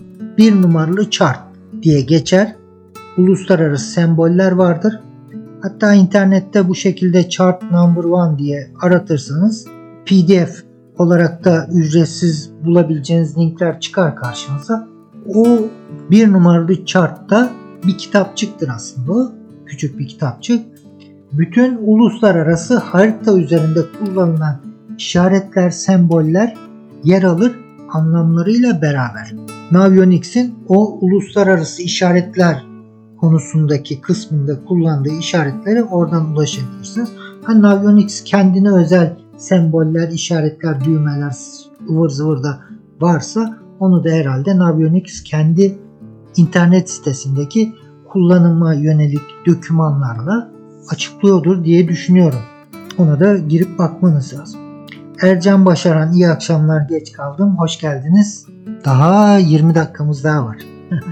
S1: 1 numaralı chart diye geçer. Uluslararası semboller vardır. Hatta internette bu şekilde chart number 1 diye aratırsanız PDF olarak da ücretsiz bulabileceğiniz linkler çıkar karşınıza. O 1 numaralı chartta bir kitapçıktır aslında o. Küçük bir kitapçık. Bütün uluslararası harita üzerinde kullanılan işaretler, semboller yer alır anlamlarıyla beraber. Navionics'in o uluslararası işaretler konusundaki kısmında kullandığı işaretlere oradan ulaşabilirsiniz. Navionics kendine özel semboller, işaretler, düğmeler ıvır zıvır da varsa onu da herhalde Navionics kendi internet sitesindeki kullanıma yönelik dokümanlarla açıklıyordur diye düşünüyorum. Ona da girip bakmanız lazım. Ercan Başaran, iyi akşamlar, geç kaldım. Hoş geldiniz. Daha 20 dakikamız daha var.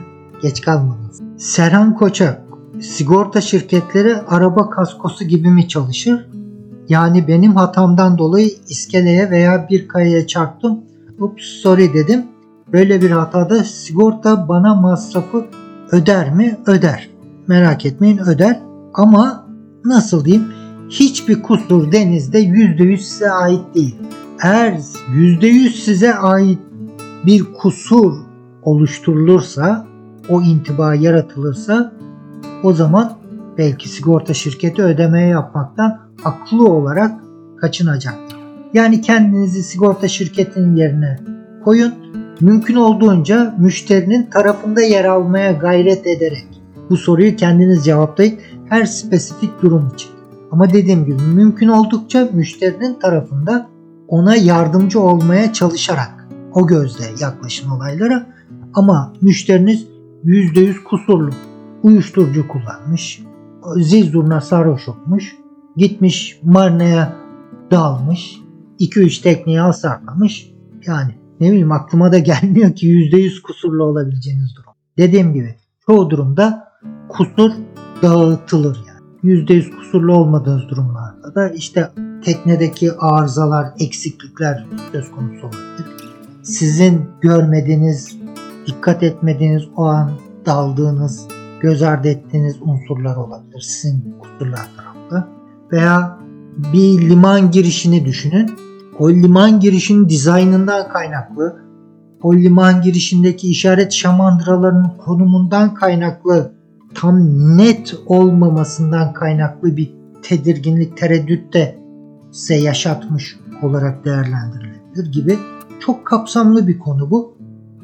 S1: Geç kalmadınız. Serhan Koçak, sigorta şirketleri araba kaskosu gibi mi çalışır? Yani benim hatamdan dolayı iskeleye veya bir kayaya çarptım. Ups sorry dedim. Böyle bir hatada sigorta bana masrafı öder mi? Öder. Merak etmeyin, öder. Ama nasıl diyeyim? Hiçbir kusur denizde %100 size ait değil. Eğer %100 size ait bir kusur oluşturulursa, o intiba yaratılırsa, o zaman belki sigorta şirketi ödemeye yapmaktan haklı olarak kaçınacaktır. Yani kendinizi sigorta şirketinin yerine koyun. Mümkün olduğunca müşterinin tarafında yer almaya gayret ederek bu soruyu kendiniz cevaplayın her spesifik durum için. Ama dediğim gibi mümkün oldukça müşterinin tarafında ona yardımcı olmaya çalışarak o gözle yaklaşın olaylara. Ama müşteriniz %100 kusurlu, uyuşturucu kullanmış, zil zurna sarhoş olmuş, gitmiş marinaya dalmış, 2-3 tekneyi hasarlamış. Yani ne bileyim, aklıma da gelmiyor ki %100 kusurlu olabileceğiniz durum. Dediğim gibi çoğu durumda kusur dağıtılır yani. %100 kusurlu olmadığınız durumlarda da işte teknedeki arızalar, eksiklikler söz konusu olabilir. Sizin görmediğiniz, dikkat etmediğiniz, o an daldığınız, göz ardı ettiğiniz unsurlar olabilir sizin kusurlar tarafta. Veya bir liman girişini düşünün. O liman girişinin dizaynından kaynaklı, o liman girişindeki işaret şamandıralarının konumundan kaynaklı, tam net olmamasından kaynaklı bir tedirginlik, tereddüt de size yaşatmış olarak değerlendirilebilir gibi. Çok kapsamlı bir konu bu.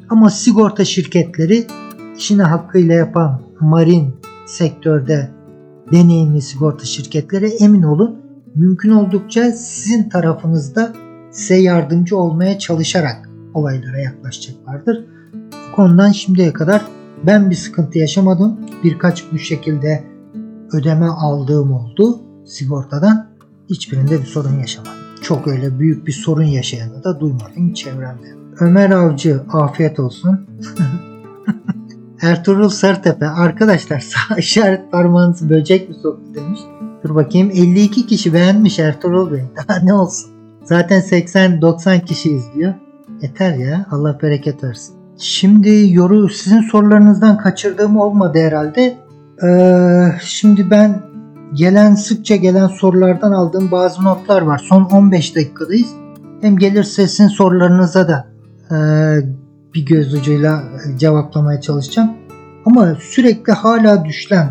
S1: Ama sigorta şirketleri işini hakkıyla yapan marin sektörde deneyimli sigorta şirketleri emin olun mümkün oldukça sizin tarafınızda size yardımcı olmaya çalışarak olaylara yaklaşacaklardır. Bu konudan şimdiye kadar ben bir sıkıntı yaşamadım. Birkaç bu şekilde ödeme aldığım oldu sigortadan. Hiçbirinde bir sorun yaşamadım. Çok öyle büyük bir sorun yaşayanı da duymadım çevremde. Ömer Avcı afiyet olsun. Ertuğrul Sarıtepe arkadaşlar sağ işaret parmağınızı böcek mi soktu demiş. Dur bakayım 52 kişi beğenmiş Ertuğrul Bey. Daha ne olsun. Zaten 80-90 kişi izliyor. Yeter ya Allah bereket versin. Şimdi sizin sorularınızdan kaçırdığım olmadı herhalde. Şimdi ben sıkça gelen sorulardan aldığım bazı notlar var. Son 15 dakikadayız. Hem gelirse sizin sorularınıza da bir göz ucuyla cevaplamaya çalışacağım. Ama sürekli hala düşen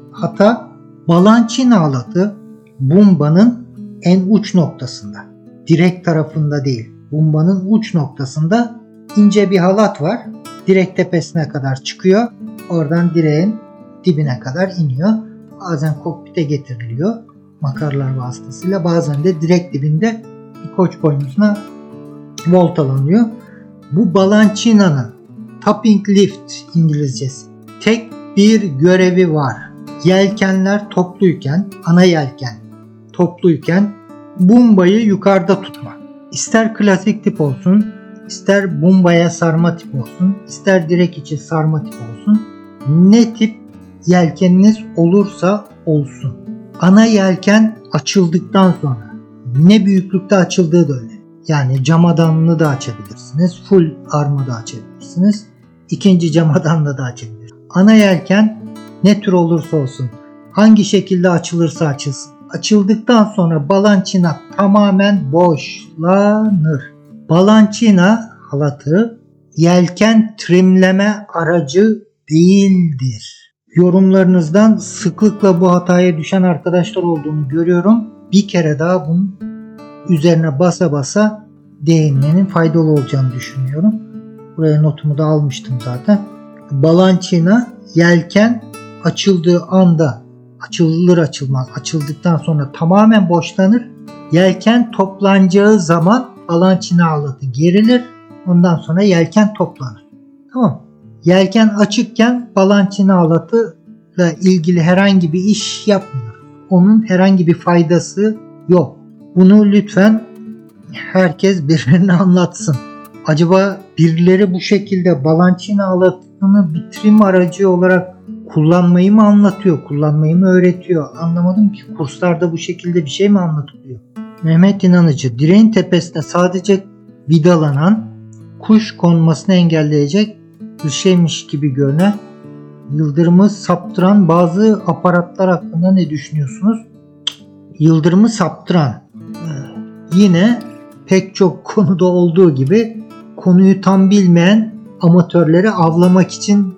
S1: hata Balançina halatı bumbanın en uç noktasında. Direk tarafında değil. Bumbanın uç noktasında ince bir halat var. Direk tepesine kadar çıkıyor. Oradan direğin dibine kadar iniyor. Bazen kokpite getiriliyor makarlar vasıtasıyla. Bazen de direk dibinde bir koç boynuzuna voltalanıyor. Bu Balancina'nın topping lift İngilizcesi. Tek bir görevi var. Yelkenler topluyken, ana yelken topluyken bumbayı yukarıda tutmak. İster klasik tip olsun, ister bumbaya sarma tip olsun, ister direk içi sarma tip olsun. Ne tip yelkeniniz olursa olsun. Ana yelken açıldıktan sonra ne büyüklükte açıldığı da önemli. Yani camadanını da açabilirsiniz. Full armı da açabilirsiniz. İkinci camadanını da açabilirsiniz. Ana yelken ne tür olursa olsun, hangi şekilde açılırsa açılsın. Açıldıktan sonra Balançina tamamen boşlanır. Balançina halatı yelken trimleme aracı değildir. Yorumlarınızdan sıklıkla bu hataya düşen arkadaşlar olduğunu görüyorum. Bir kere daha bunun üzerine basa basa değinmenin faydalı olacağını düşünüyorum. Buraya notumu da almıştım zaten. Balançina yelken açıldığı anda açılır açılmaz açıldıktan sonra tamamen boşlanır. Yelken toplanacağı zaman Balançina halatı gerilir. Ondan sonra yelken toplanır. Tamam. Yelken açıkken Balançina halatıyla ilgili herhangi bir iş yapmıyor. Onun herhangi bir faydası yok. Bunu lütfen herkes birbirine anlatsın. Acaba birileri bu şekilde Balançina halatını bir trim aracı olarak kullanmayı mı anlatıyor, kullanmayı mı öğretiyor? Anlamadım ki kurslarda bu şekilde bir şey mi anlatılıyor? Mehmet İnanıcı, direğin tepesine sadece vidalanan, kuş konmasını engelleyecek bir şeymiş gibi görünen yıldırımı saptıran bazı aparatlar hakkında ne düşünüyorsunuz? Yıldırımı saptıran yine pek çok konuda olduğu gibi konuyu tam bilmeyen amatörleri avlamak için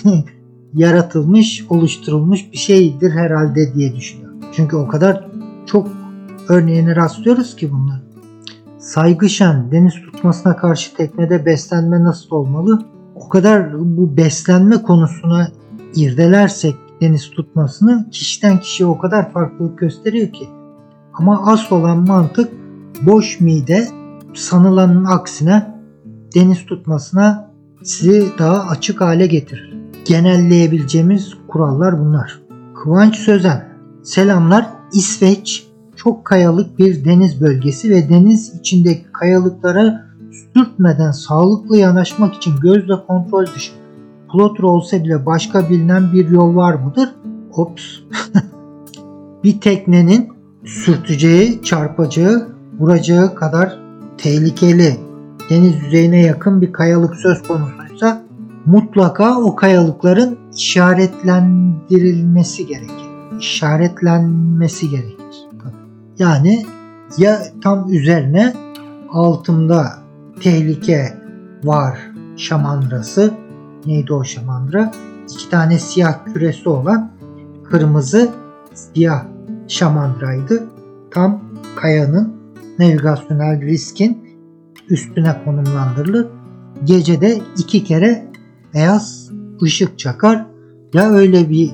S1: yaratılmış, oluşturulmuş bir şeydir herhalde diye düşünüyorum. Çünkü o kadar çok örneğine rastlıyoruz ki bunlar. Saygışen, deniz tutmasına karşı teknede beslenme nasıl olmalı? O kadar bu beslenme konusuna irdelersek deniz tutmasını kişiden kişiye o kadar farklılık gösteriyor ki. Ama asıl olan mantık boş mide sanılanın aksine deniz tutmasına sizi daha açık hale getirir. Genelleyebileceğimiz kurallar bunlar. Kıvanç Sözen, selamlar. İsveç çok kayalık bir deniz bölgesi ve deniz içindeki kayalıklara sürtmeden sağlıklı yanaşmak için gözle kontrol dışı plotter olsa bile başka bilinen bir yol var mıdır? Ops. Bir teknenin sürteceği, çarpacağı, vuracağı kadar tehlikeli deniz yüzeyine yakın bir kayalık söz konusuysa mutlaka o kayalıkların işaretlendirilmesi gerekir. İşaretlenmesi gerekir. Yani ya tam üzerine altında tehlike var şamandrası, neydi o şamandıra? 2 tane siyah küresi olan kırmızı siyah şamandıraydı. Tam kayanın navigasyonel riskin üstüne konumlandırılır. gecede 2 kere beyaz ışık çakar. Ya öyle bir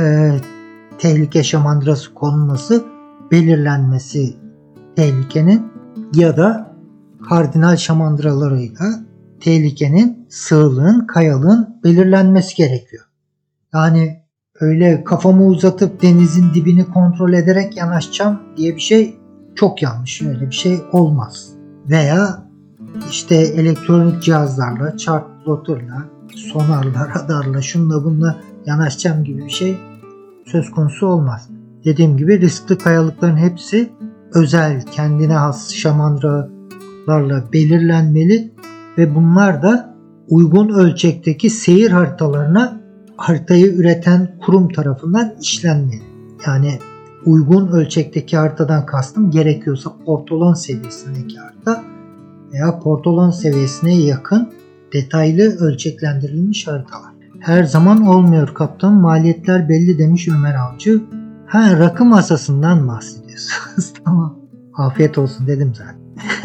S1: tehlike şamandırası konulması, belirlenmesi tehlikenin ya da kardinal şamandıralarıyla tehlikenin, sığlığın, kayalığın belirlenmesi gerekiyor. Yani öyle kafamı uzatıp denizin dibini kontrol ederek yanaşacağım diye bir şey çok yanlış. Öyle bir şey olmaz. Veya işte elektronik cihazlarla, chart plotter'la, sonarla, radarla, şunla bununla yanaşacağım gibi bir şey söz konusu olmaz. Dediğim gibi riskli kayalıkların hepsi özel, kendine has şamandıralarla belirlenmeli ve bunlar da uygun ölçekteki seyir haritalarına haritayı üreten kurum tarafından işlenmeli. Yani uygun ölçekteki haritadan kastım gerekiyorsa portolon seviyesindeki harita veya portolon seviyesine yakın detaylı ölçeklendirilmiş haritalar. Her zaman olmuyor kaptan, maliyetler belli demiş Ömer Avcı. Rakı masasından bahsediyorsunuz. Tamam. Afiyet olsun dedim zaten.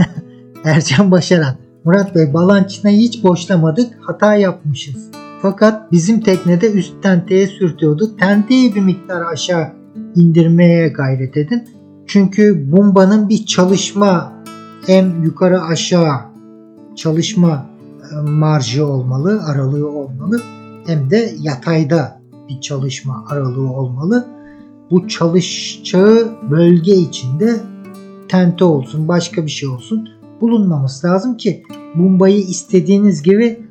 S1: Ercan Başaran. Murat Bey, balançinayı hiç boşlamadık, hata yapmışız. Fakat bizim teknede üst tenteye sürtüyorduk. Tenteyi bir miktar aşağı indirmeye gayret edin. Çünkü bombanın bir çalışma, hem yukarı aşağı çalışma marjı olmalı, aralığı olmalı. Hem de yatayda bir çalışma aralığı olmalı. Bu çalışacağı bölge içinde tente olsun, başka bir şey olsun bulunmaması lazım ki bombayı istediğiniz gibi,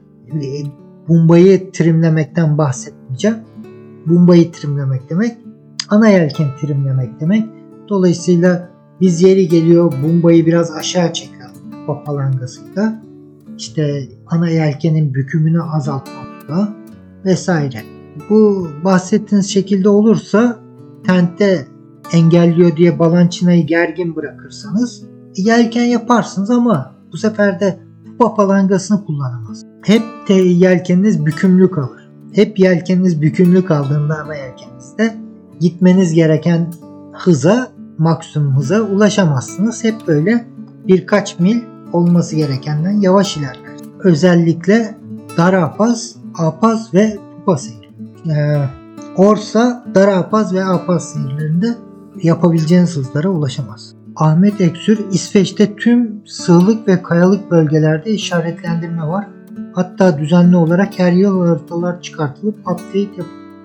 S1: bombayı trimlemekten bahsetmeyeceğim. Bombayı trimlemek demek, ana yelken trimlemek demek. Dolayısıyla biz yeri geliyor bombayı biraz aşağı çekelim kupa palangasıyla. İşte ana yelkenin bükümünü azaltmakla vesaire. Bu bahsettiğiniz şekilde olursa tente engelliyor diye balançinayı gergin bırakırsanız yelken yaparsınız ama bu sefer de kupa palangasını kullanamaz. Hep yelkeniniz bükümlü kalır. Hep yelkeniniz bükümlü kaldığında ana yelkeninizde gitmeniz gereken hıza, maksimum hıza ulaşamazsınız. Hep böyle birkaç mil olması gerekenden yavaş ilerler. Özellikle dar apaz, apaz ve kupa seyri. Orsa, dar apaz ve apaz seyirlerinde yapabileceğiniz hızlara ulaşamaz. Ahmet Eksür, İsveç'te tüm sığlık ve kayalık bölgelerde işaretlendirme var. Hatta düzenli olarak her yıl haritalar çıkartılıp update yapılıyor.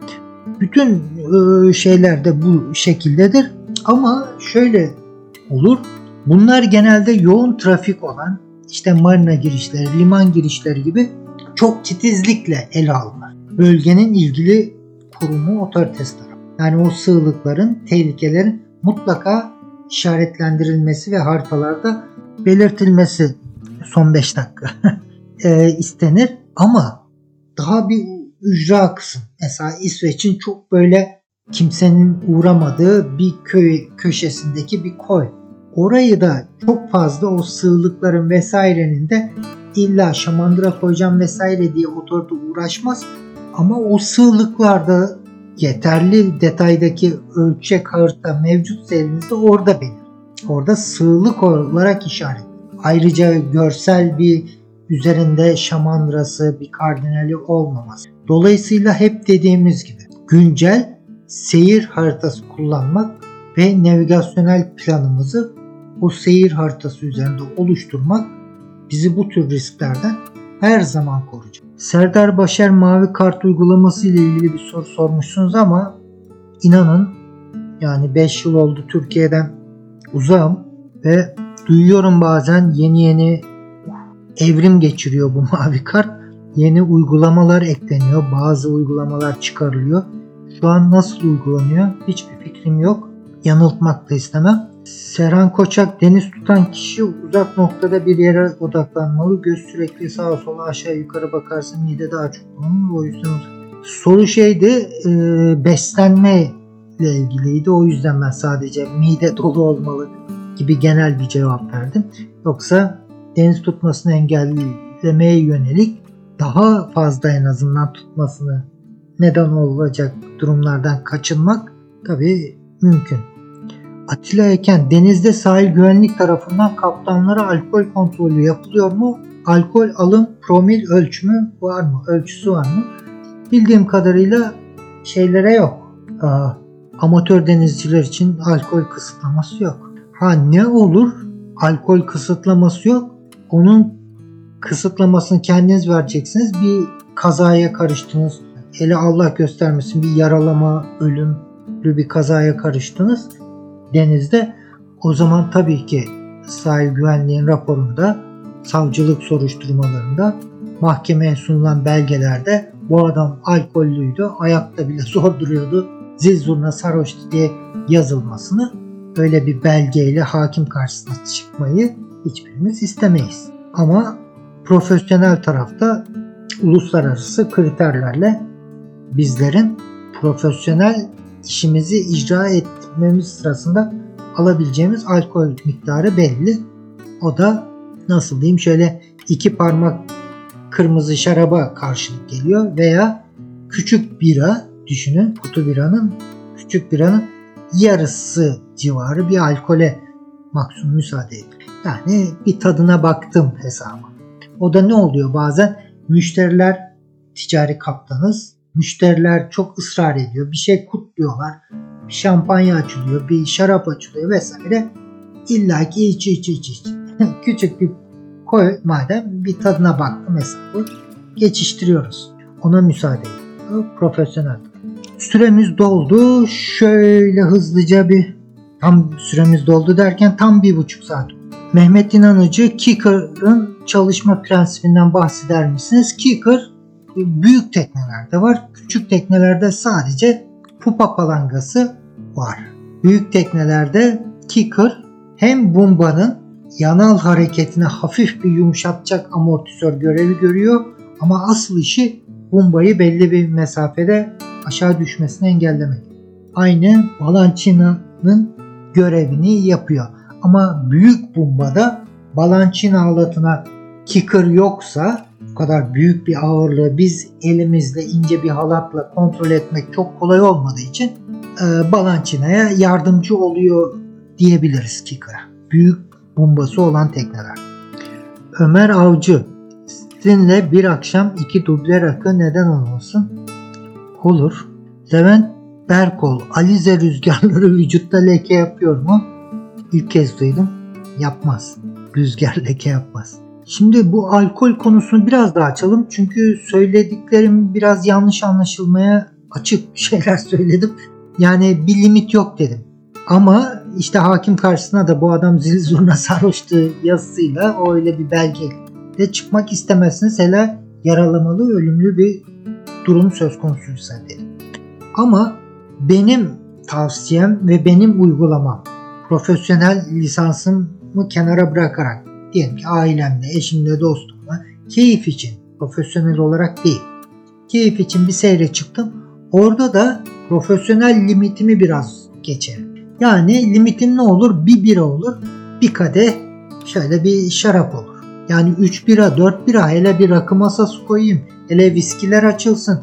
S1: Bütün şeyler de bu şekildedir. Ama şöyle olur. Bunlar genelde yoğun trafik olan, işte marina girişleri, liman girişleri gibi çok titizlikle ele alınır. Bölgenin ilgili kurumu, otoritesi tarafından. Yani o sığlıkların, tehlikelerin mutlaka işaretlendirilmesi ve haritalarda belirtilmesi son 5 dakika istenir. Ama daha bir ücra kısım. Mesela İsveç'in çok böyle kimsenin uğramadığı bir köy köşesindeki bir koy. Orayı da çok fazla o sığlıkların vesairenin de illa şamandıra koyacağım vesaire diye otorite uğraşmaz. Ama o sığlıklarda yeterli detaydaki ölçek harita mevcutsa elinizde orada belir. Orada sığlık olarak işaret. Ayrıca görsel bir üzerinde şamandırası, bir kardinali olmaması. Dolayısıyla hep dediğimiz gibi güncel seyir haritası kullanmak ve navigasyonel planımızı o seyir haritası üzerinde oluşturmak bizi bu tür risklerden her zaman koruyacak. Serdar Başar, mavi kart uygulaması ile ilgili bir soru sormuşsunuz ama inanın yani 5 yıl oldu Türkiye'den uzağım ve duyuyorum bazen yeni evrim geçiriyor bu mavi kart. Yeni uygulamalar ekleniyor, bazı uygulamalar çıkarılıyor. Şu an nasıl uygulanıyor hiçbir fikrim yok. Yanıltmak da istemem. Serhan Koçak, deniz tutan kişi uzak noktada bir yere odaklanmalı. Göz sürekli sağa sola aşağı yukarı bakarsa mide daha çok bulunur. O yüzden soru şeydi, beslenme ile ilgiliydi. O yüzden ben sadece mide dolu olmalı gibi genel bir cevap verdim. Yoksa deniz tutmasını engellemeye yönelik daha fazla en azından tutmasını neden olacak durumlardan kaçınmak tabii mümkün. Atilla Eken, denizde sahil güvenlik tarafından kaptanlara alkol kontrolü yapılıyor mu? alkol alım promil ölçümü var mı? Ölçüsü var mı? Bildiğim kadarıyla şeylere yok. Amatör denizciler için alkol kısıtlaması yok. Ha ne olur? Alkol kısıtlaması yok. Onun kısıtlamasını kendiniz vereceksiniz. Bir kazaya karıştınız. Hele Allah göstermesin bir yaralama, ölümlü bir kazaya karıştınız denizde. O zaman tabii ki sahil güvenliğin raporunda, savcılık soruşturmalarında, mahkemeye sunulan belgelerde bu adam alkollüydü, ayakta bile zor duruyordu, zil zurna sarhoştu diye yazılmasını, öyle bir belgeyle hakim karşısına çıkmayı hiçbirimiz istemeyiz. Ama profesyonel tarafta uluslararası kriterlerle bizlerin profesyonel işimizi icra etmemiz sırasında alabileceğimiz alkol miktarı belli. O da nasıl diyeyim, şöyle 2 parmak kırmızı şaraba karşılık geliyor veya küçük bira düşünün, kutu biranın, küçük biranın yarısı civarı bir alkole maksimum müsaade ediyor. Yani bir tadına baktım hesabı. O da ne oluyor bazen? Müşteriler, ticari kaptanız, müşteriler çok ısrar ediyor. Bir şey kutluyorlar. Bir şampanya açılıyor, bir şarap açılıyor vesaire. İlla ki iç. Küçük bir koy madem, bir tadına baktım hesabı. Geçiştiriyoruz. Ona müsaade ediyor. Profesyonel. Süremiz doldu. Şöyle hızlıca tam süremiz doldu derken tam 1,5 saat. Mehmet İnanıcı, Kicker'ın çalışma prensibinden bahseder misiniz? Kicker büyük teknelerde var. Küçük teknelerde sadece pupa palangası var. Büyük teknelerde Kicker hem bumbanın yanal hareketine hafif bir yumuşatacak amortisör görevi görüyor ama asıl işi bumbayı belli bir mesafede aşağı düşmesini engellemek. Aynı balançinanın görevini yapıyor. Ama büyük bumbada balançina halatına kicker yoksa, bu kadar büyük bir ağırlığı biz elimizle ince bir halatla kontrol etmek çok kolay olmadığı için balançinaya yardımcı oluyor diyebiliriz kicker'a. Büyük bumbası olan tekneler. Ömer Avcı, sizinle bir akşam 2 duble rakı neden olmasın? Olur. Levent Berkol, Alize rüzgarları vücutta leke yapıyor mu? İlk kez duydum. Yapmaz. Rüzgar leke yapmaz. Şimdi bu alkol konusunu biraz daha açalım. Çünkü söylediklerim biraz yanlış anlaşılmaya açık şeyler söyledim. Yani bir limit yok dedim. Ama işte hakim karşısına da bu adam zil zurna sarhoştu yazısıyla o öyle bir belgeyle çıkmak istemezsiniz. Hele yaralamalı, ölümlü bir durum söz konusuysa dedim. Ama benim tavsiyem ve benim uygulamam, profesyonel lisansımı kenara bırakarak, diyelim ki ailemle, eşimle, dostumla, keyif için, profesyonel olarak değil, keyif için bir seyre çıktım. Orada da profesyonel limitimi biraz geçerim. Yani limitin ne olur? Bir bira olur, bir kadeh şöyle bir şarap olur. Yani 3 bira, 4 bira, hele bir rakı masası koyayım, hele viskiler açılsın.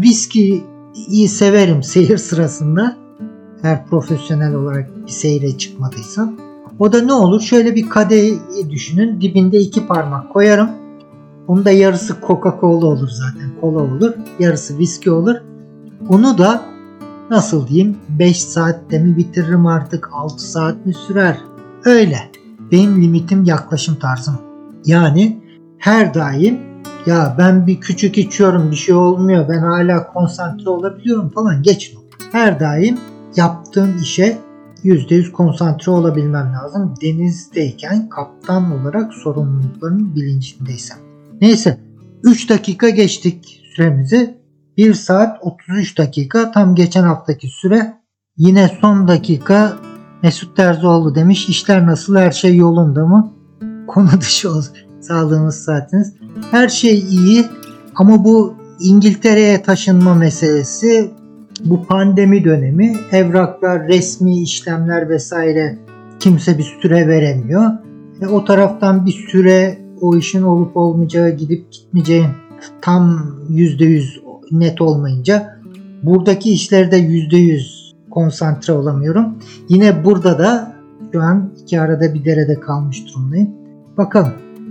S1: Viskiyi severim seyir sırasında. Eğer profesyonel olarak bir seyre çıkmadıysam. O da ne olur? Şöyle bir kadehi düşünün. Dibinde 2 parmak koyarım. Onun da yarısı Coca-Cola olur zaten. Kola olur. Yarısı viski olur. Onu da nasıl diyeyim? 5 saatte mi bitiririm artık? 6 saat mi sürer? Öyle. Benim limitim, yaklaşım tarzım. Yani her daim ya ben bir küçük içiyorum, bir şey olmuyor, ben hala konsantre olabiliyorum falan geçmiyor. Her daim yaptığım işe %100 konsantre olabilmem lazım. Denizdeyken kaptan olarak sorumluluklarının bilincindeysem. Neyse 3 dakika geçtik süremizi. 1 saat 33 dakika tam geçen haftaki süre. Yine son dakika Mesut Terzioğlu demiş, işler nasıl, her şey yolunda mı? Konu dışı olsun. Sağlığınız, saatiniz. Her şey iyi ama bu İngiltere'ye taşınma meselesi, bu pandemi dönemi, evraklar, resmi işlemler vesaire kimse bir süre veremiyor. O taraftan bir süre o işin olup olmayacağı, gidip gitmeyeceği tam %100 net olmayınca buradaki işlerde %100 konsantre olamıyorum. Yine burada da şu an iki arada bir derede kalmış durumdayım. Bakalım.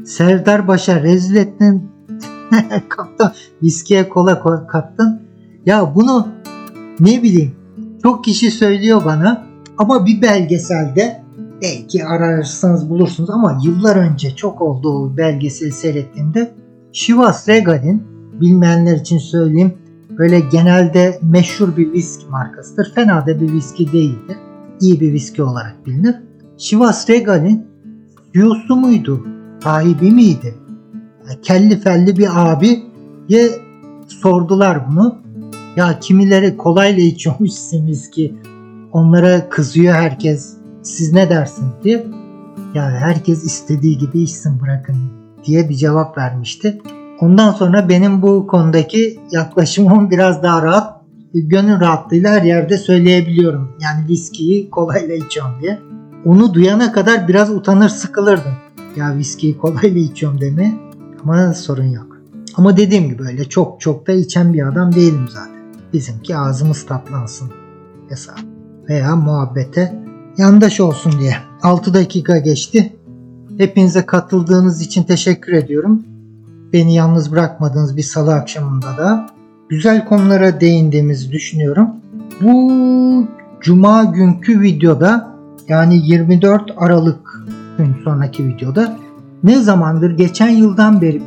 S1: Serdar Baş'a rezil ettin. Kaptan viskiye kola kattın. Ya bunu ne bileyim çok kişi söylüyor bana ama bir belgeselde belki ararsanız bulursunuz ama yıllar önce çok oldu o belgeseli seyrettiğimde Chivas Regal'in, bilmeyenler için söyleyeyim, böyle genelde meşhur bir viski markasıdır. Fena da bir viski değildir. İyi bir viski olarak bilinir. Chivas Regal'in CEO'su muydu? Sahibi miydi? Kelli felli bir abiye sordular bunu. Ya kimileri kolayla içiyormuş sizin viski. Onlara kızıyor herkes. Siz ne dersiniz diye. Ya herkes istediği gibi içsin bırakın diye bir cevap vermişti. Ondan sonra benim bu konudaki yaklaşımım biraz daha rahat. Gönül rahatlığıyla her yerde söyleyebiliyorum. Yani viskiyi kolayla içiyorum diye. Onu duyana kadar biraz utanır sıkılırdım. Ya viskiyi kolayla içiyorum demeye. Ama sorun yok. Ama dediğim gibi öyle çok da içen bir adam değilim zaten. Bizimki ağzımız tatlansın hesap. Veya muhabbete yandaş olsun diye. 6 dakika geçti. Hepinize katıldığınız için teşekkür ediyorum. Beni yalnız bırakmadığınız bir salı akşamında da güzel konulara değindiğimizi düşünüyorum. Bu cuma günkü videoda, yani 24 Aralık gün sonraki videoda, ne zamandır geçen yıldan beri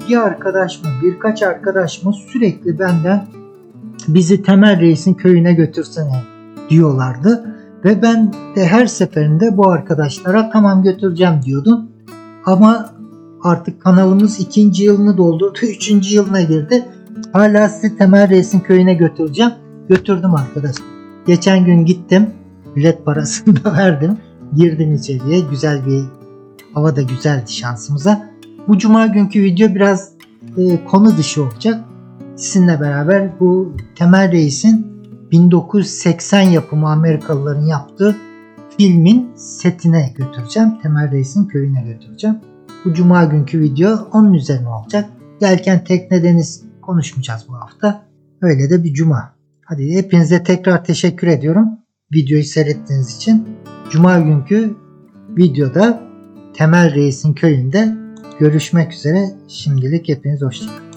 S1: birkaç arkadaş mı sürekli benden bizi Temel Reis'in köyüne götürsene diyorlardı. Ve ben de her seferinde bu arkadaşlara tamam götüreceğim diyordum. Ama artık kanalımız 2. yılını doldurdu. 3. yılına girdi. Hala sizi Temel Reis'in köyüne götüreceğim. Götürdüm arkadaş. Geçen gün gittim. Bilet parasını da verdim. Girdim içeriye. Güzel bir hava da güzeldi şansımıza. Bu cuma günkü video biraz konu dışı olacak. Sizinle beraber bu Temel Reis'in 1980 yapımı Amerikalıların yaptığı filmin setine götüreceğim. Temel Reis'in köyüne götüreceğim. Bu cuma günkü video onun üzerine olacak. Yelken tekne deniz konuşmayacağız bu hafta. Öyle de bir cuma. Hadi hepinize tekrar teşekkür ediyorum videoyu seyrettiğiniz için. Cuma günkü videoda Temel Reis'in köyünde görüşmek üzere. Şimdilik hepiniz hoşçakalın.